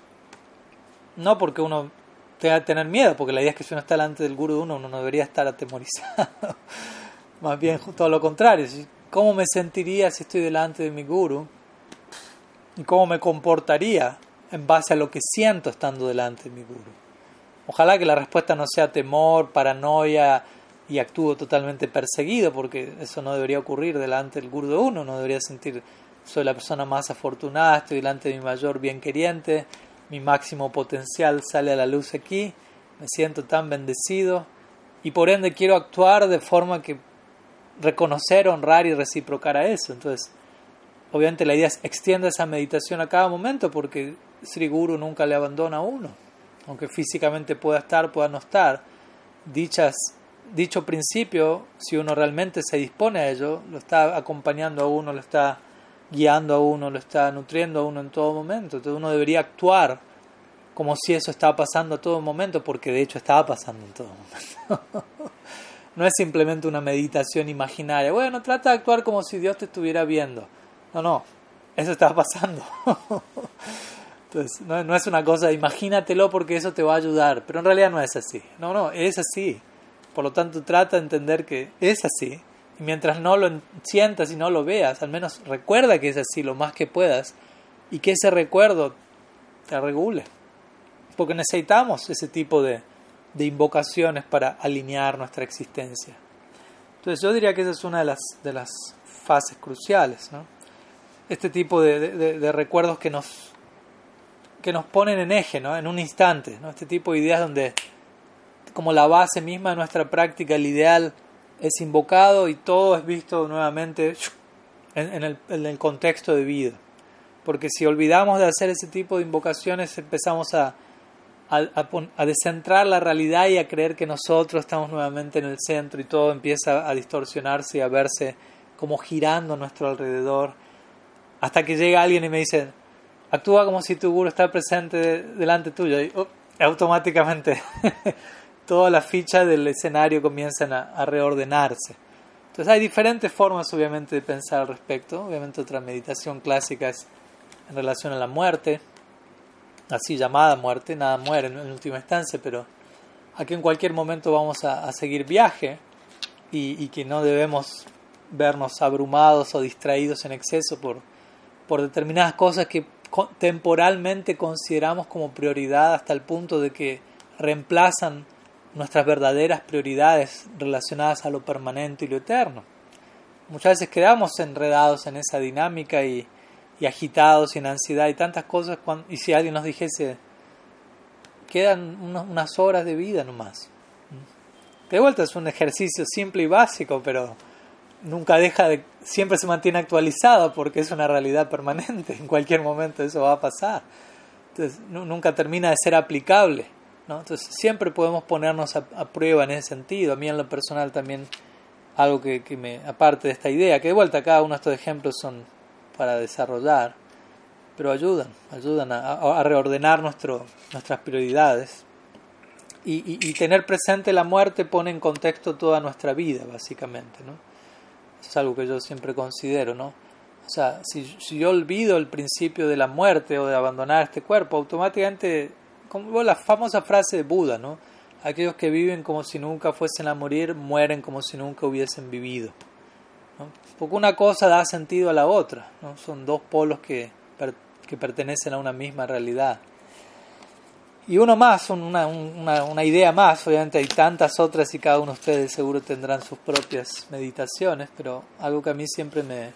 No porque uno tenga que tener miedo, porque la idea es que si uno está delante del guru de uno no debería estar atemorizado. Más bien todo lo contrario. ¿Cómo me sentiría si estoy delante de mi guru? ¿Y cómo me comportaría en base a lo que siento estando delante de mi guru? Ojalá que la respuesta no sea temor, paranoia y actúo totalmente perseguido, porque eso no debería ocurrir delante del guru de uno. No debería sentir, soy la persona más afortunada, estoy delante de mi mayor bienqueriente, mi máximo potencial sale a la luz aquí, me siento tan bendecido y por ende quiero actuar de forma que reconocer, honrar y reciprocar a eso. Entonces, obviamente la idea es extiende esa meditación a cada momento porque Sri Guru nunca le abandona a uno, aunque físicamente pueda estar, pueda no estar. Dicho principio, si uno realmente se dispone a ello, lo está acompañando a uno, lo está guiando a uno, lo está nutriendo a uno en todo momento. Entonces uno debería actuar como si eso estaba pasando a todo momento, porque de hecho estaba pasando en todo momento. No es simplemente una meditación imaginaria. Bueno, trata de actuar como si Dios te estuviera viendo. No, eso está pasando. Entonces, no es una cosa de imagínatelo porque eso te va a ayudar, pero en realidad no es así. No, es así. Por lo tanto, trata de entender que es así. Y mientras no lo sientas y no lo veas, al menos recuerda que es así lo más que puedas y que ese recuerdo te regule. Porque necesitamos ese tipo de invocaciones para alinear nuestra existencia. Entonces yo diría que esa es una de las fases cruciales, ¿no? este tipo de recuerdos que nos ponen en eje, ¿no? En un instante, ¿no? Este tipo de ideas donde, como la base misma de nuestra práctica, el ideal es invocado y todo es visto nuevamente en el contexto de vida. Porque si olvidamos de hacer ese tipo de invocaciones, empezamos a descentrar la realidad y a creer que nosotros estamos nuevamente en el centro y todo empieza a distorsionarse y a verse como girando a nuestro alrededor, hasta que llega alguien y me dice: actúa como si tu guru está presente delante tuyo, y automáticamente todas las fichas del escenario comienzan a reordenarse. Entonces hay diferentes formas obviamente de pensar al respecto. Obviamente otra meditación clásica es en relación a la muerte, así llamada muerte. Nada muere en última instancia, pero aquí en cualquier momento vamos a seguir viaje y que no debemos vernos abrumados o distraídos en exceso por determinadas cosas que temporalmente consideramos como prioridad, hasta el punto de que reemplazan nuestras verdaderas prioridades relacionadas a lo permanente y lo eterno. Muchas veces quedamos enredados en esa dinámica y agitados y en ansiedad y tantas cosas, y si alguien nos dijese: quedan unas horas de vida nomás. De vuelta es un ejercicio simple y básico, pero nunca siempre se mantiene actualizado porque es una realidad permanente. En cualquier momento eso va a pasar. Entonces nunca termina de ser aplicable, ¿no? Entonces siempre podemos ponernos a prueba en ese sentido. A mí en lo personal también algo que aparte de esta idea, que de vuelta cada uno de estos ejemplos son para desarrollar, pero ayudan a reordenar nuestras prioridades. Y tener presente la muerte pone en contexto toda nuestra vida, básicamente, ¿no? Es algo que yo siempre considero, ¿no? O sea, si yo olvido el principio de la muerte o de abandonar este cuerpo, automáticamente, como la famosa frase de Buda, ¿no? Aquellos que viven como si nunca fuesen a morir, mueren como si nunca hubiesen vivido, ¿no? Porque una cosa da sentido a la otra, ¿no? Son dos polos que pertenecen a una misma realidad. Y uno más, una idea más. Obviamente hay tantas otras y cada uno de ustedes seguro tendrán sus propias meditaciones, pero algo que a mí siempre me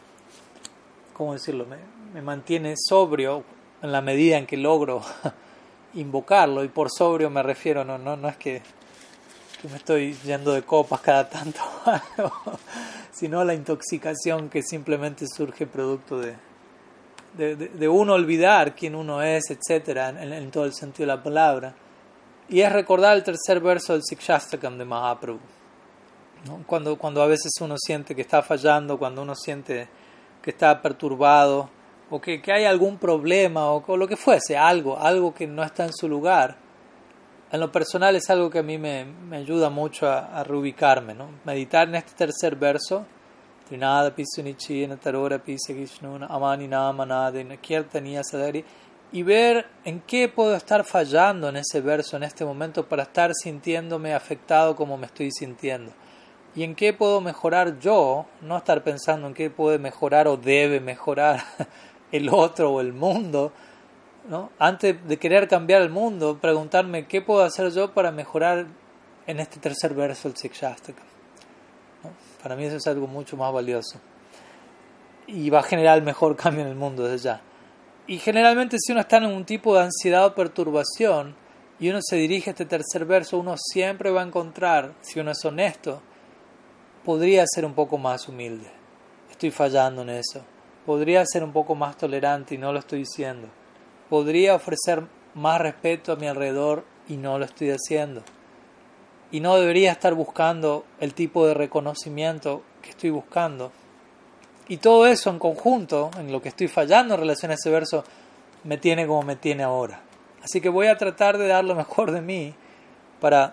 mantiene sobrio en la medida en que logro invocarlo. Y por sobrio me refiero, no es que me estoy yendo de copas cada tanto, sino la intoxicación que simplemente surge producto de uno olvidar quién uno es, etcétera, en todo el sentido de la palabra. Y es recordar el tercer verso del Sikshastakam de Mahaprabhu, ¿no? Cuando a veces uno siente que está fallando, cuando uno siente que está perturbado, o que hay algún problema, o lo que fuese, algo que no está en su lugar. En lo personal es algo que a mí me ayuda mucho a reubicarme, ¿no? Meditar en este tercer verso, Trinada Pisunichina Tarora Pisagishnu Amani Namanade Kirtaniya Sadari, y ver en qué puedo estar fallando en ese verso en este momento para estar sintiéndome afectado como me estoy sintiendo, y en qué puedo mejorar yo, no estar pensando en qué puede mejorar o debe mejorar el otro o el mundo, ¿no? Antes de querer cambiar el mundo, preguntarme qué puedo hacer yo para mejorar en este tercer verso del Sikshastakam. Para mí eso es algo mucho más valioso y va a generar el mejor cambio en el mundo desde ya. Y generalmente si uno está en un tipo de ansiedad o perturbación y uno se dirige a este tercer verso, uno siempre va a encontrar, si uno es honesto, podría ser un poco más humilde. Estoy fallando en eso. Podría ser un poco más tolerante y no lo estoy diciendo. Podría ofrecer más respeto a mi alrededor y no lo estoy haciendo. Y no debería estar buscando el tipo de reconocimiento que estoy buscando. Y todo eso en conjunto, en lo que estoy fallando en relación a ese verso, me tiene como me tiene ahora. Así que voy a tratar de dar lo mejor de mí para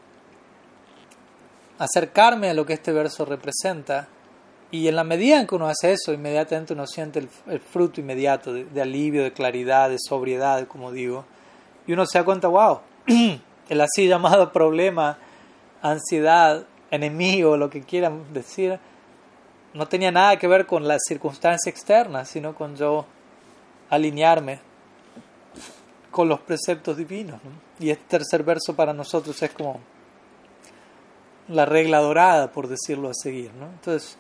acercarme a lo que este verso representa. Y en la medida en que uno hace eso, inmediatamente uno siente el fruto inmediato de alivio, de claridad, de sobriedad, como digo. Y uno se da cuenta, wow, el así llamado problema, ansiedad, enemigo, lo que quieran decir, no tenía nada que ver con la circunstancia externa, sino con yo alinearme con los preceptos divinos, ¿no? Y este tercer verso para nosotros es como la regla dorada, por decirlo a seguir, ¿no? Entonces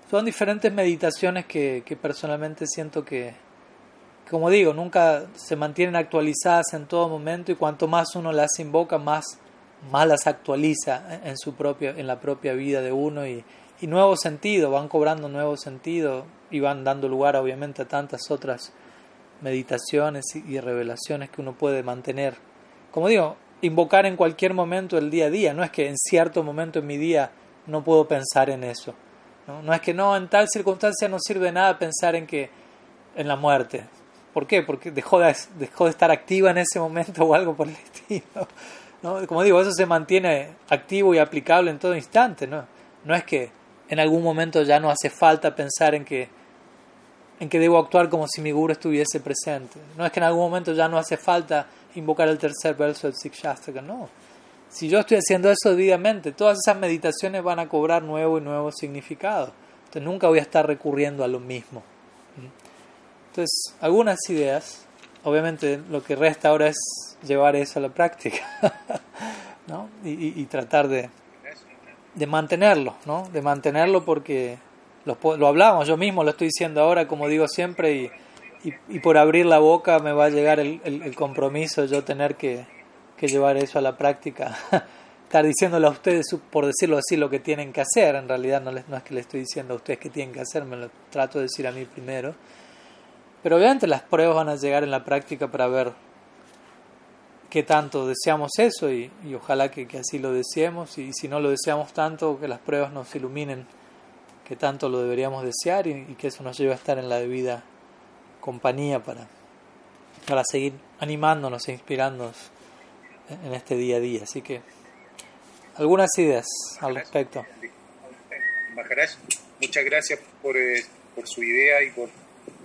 son diferentes meditaciones que personalmente siento que, como digo, nunca se mantienen actualizadas en todo momento, y cuanto más uno las invoca, más las actualiza en la propia vida de uno, y nuevo sentido, van cobrando nuevo sentido y van dando lugar obviamente a tantas otras meditaciones y revelaciones que uno puede mantener. Como digo, invocar en cualquier momento del día a día, no es que en cierto momento en mi día no puedo pensar en eso, no es que en tal circunstancia no sirve de nada pensar en la muerte. ¿Por qué? Porque dejó de estar activa en ese momento o algo por el estilo, ¿no? Como digo, eso se mantiene activo y aplicable en todo instante, no es que en algún momento ya no hace falta pensar en que debo actuar como si mi guru estuviese presente. No es que en algún momento ya no hace falta invocar el tercer verso del Sikshastra, no. Si yo estoy haciendo eso debidamente, todas esas meditaciones van a cobrar nuevo y nuevo significado. Entonces nunca voy a estar recurriendo a lo mismo. Entonces, algunas ideas, obviamente lo que resta ahora es llevar eso a la práctica, ¿no? Y tratar de mantenerlo, ¿no? De mantenerlo, porque lo hablamos, yo mismo lo estoy diciendo ahora, como digo siempre, y por abrir la boca me va a llegar el compromiso de yo tener que llevar eso a la práctica. Estar diciéndole a ustedes, por decirlo así, lo que tienen que hacer. En realidad no es que les estoy diciendo a ustedes qué tienen que hacer, me lo trato de decir a mí primero. Pero obviamente las pruebas van a llegar en la práctica para ver qué tanto deseamos eso, y ojalá que así lo deseemos, y si no lo deseamos tanto, que las pruebas nos iluminen qué tanto lo deberíamos desear, y que eso nos lleve a estar en la debida compañía para seguir animándonos e inspirándonos en este día a día. Así que algunas ideas al respecto. Maharaj, muchas gracias por su idea y por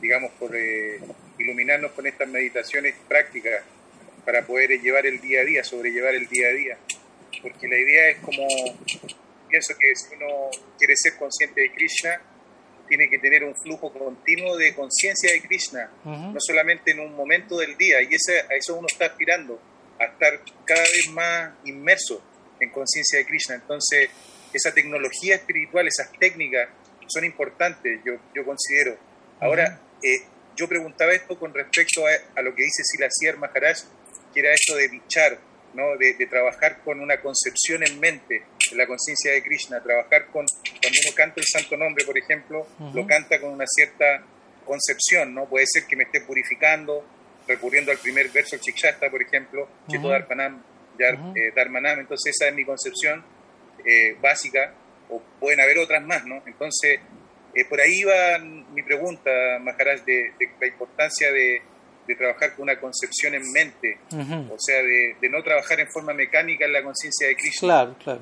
iluminarnos con estas meditaciones prácticas para poder llevar el día a día, sobrellevar el día a día. Porque la idea es pienso que si uno quiere ser consciente de Krishna, tiene que tener un flujo continuo de conciencia de Krishna, no solamente en un momento del día, y a eso uno está aspirando, a estar cada vez más inmerso en conciencia de Krishna. Entonces, esa tecnología espiritual, esas técnicas son importantes, yo considero. Ahora, yo preguntaba esto con respecto a lo que dice Silasiyar Maharaj, que era esto de bichar, ¿no? De trabajar con una concepción en mente de la conciencia de Krishna, trabajar cuando uno canta el santo nombre, por ejemplo, lo canta con una cierta concepción, ¿no? Puede ser que me esté purificando, recurriendo al primer verso del Sikshastra, por ejemplo, Cheto Darpanam, Dharmanam. Entonces esa es mi concepción básica, o pueden haber otras más, ¿no? Entonces, por ahí va mi pregunta, Maharaj, de la importancia de trabajar con una concepción en mente, o sea, de no trabajar en forma mecánica en la conciencia de Krishna. Claro.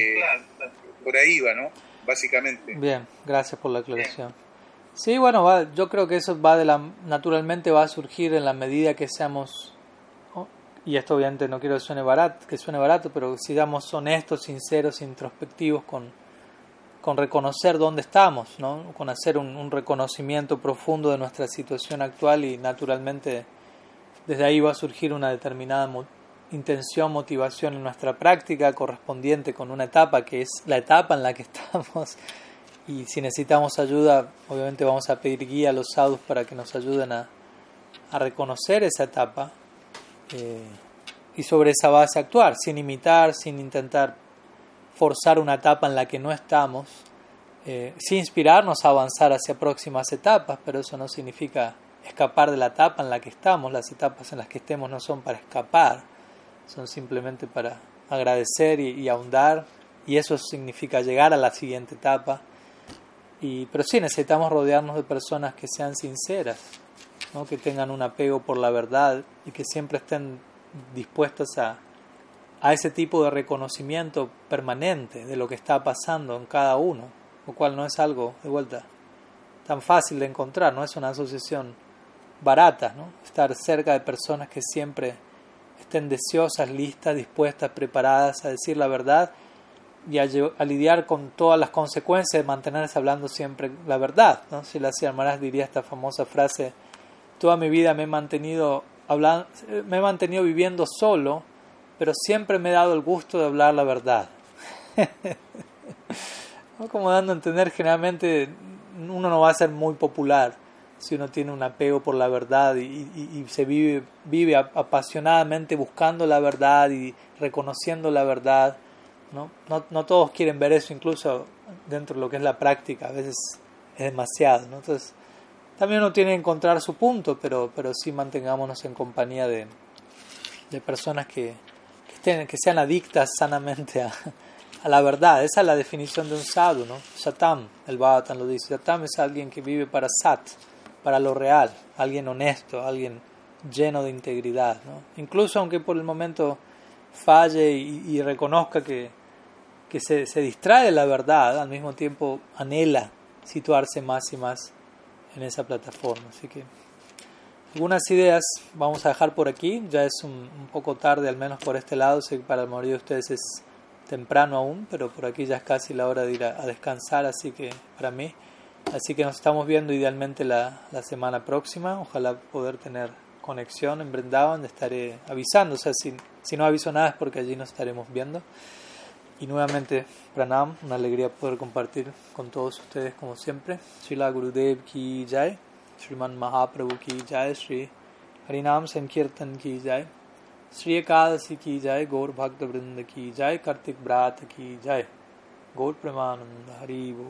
Por ahí va, ¿no? Básicamente. Bien, gracias por la aclaración. Sí, bueno, yo creo que eso naturalmente va a surgir en la medida que seamos, y esto obviamente no quiero que suene barato, pero sigamos honestos, sinceros, introspectivos con reconocer dónde estamos, ¿no? Con hacer un reconocimiento profundo de nuestra situación actual, y naturalmente desde ahí va a surgir una determinada intención, motivación en nuestra práctica correspondiente con una etapa que es la etapa en la que estamos, y si necesitamos ayuda, obviamente vamos a pedir guía a los sadhus para que nos ayuden a reconocer esa etapa, y sobre esa base actuar, sin imitar, sin intentar forzar una etapa en la que no estamos, sí inspirarnos a avanzar hacia próximas etapas, pero eso no significa escapar de la etapa en la que estamos. Las etapas en las que estemos no son para escapar, son simplemente para agradecer y ahondar, y eso significa llegar a la siguiente etapa. Pero sí necesitamos rodearnos de personas que sean sinceras, ¿no? Que tengan un apego por la verdad y que siempre estén dispuestas a ese tipo de reconocimiento permanente de lo que está pasando en cada uno, lo cual no es algo, de vuelta, tan fácil de encontrar, no es una asociación barata, ¿no? Estar cerca de personas que siempre estén deseosas, listas, dispuestas, preparadas a decir la verdad y a lidiar con todas las consecuencias de mantenerse hablando siempre la verdad, ¿no? Silasiyar Maharaj diría esta famosa frase: toda mi vida me he mantenido viviendo solo, pero siempre me he dado el gusto de hablar la verdad. ¿No? Como dando a entender, generalmente uno no va a ser muy popular si uno tiene un apego por la verdad y se vive apasionadamente buscando la verdad y reconociendo la verdad, ¿no? No todos quieren ver eso, incluso dentro de lo que es la práctica, a veces es demasiado, ¿no? Entonces, también uno tiene que encontrar su punto, pero sí mantengámonos en compañía de personas que sean adictas sanamente a la verdad. Esa es la definición de un sadhu, ¿no? Satam, el Bhagavatam lo dice. Satam es alguien que vive para Sat, para lo real, alguien honesto, alguien lleno de integridad, ¿no? Incluso aunque por el momento falle y reconozca que se distrae de la verdad, al mismo tiempo anhela situarse más y más en esa plataforma. Así que algunas ideas vamos a dejar por aquí. Ya es un poco tarde, al menos por este lado. Sé que para la mayoría de ustedes es temprano aún, pero por aquí ya es casi la hora de ir a descansar, así que para mí. Así que nos estamos viendo idealmente la semana próxima. Ojalá poder tener conexión en Vrindavan. Estaré avisando, o sea, si no aviso nada es porque allí nos estaremos viendo. Y nuevamente, Pranam, una alegría poder compartir con todos ustedes como siempre. Srila Gurudev ki jai, Sriman Mahaprabhu ki jai, Sri Harinam Sankirtan ki jai, Sri Ekadasi ki jai, Gaur Bhakta Vrinda ki jai, Kartik Brat ki jai, Gaur Premananda Haribo.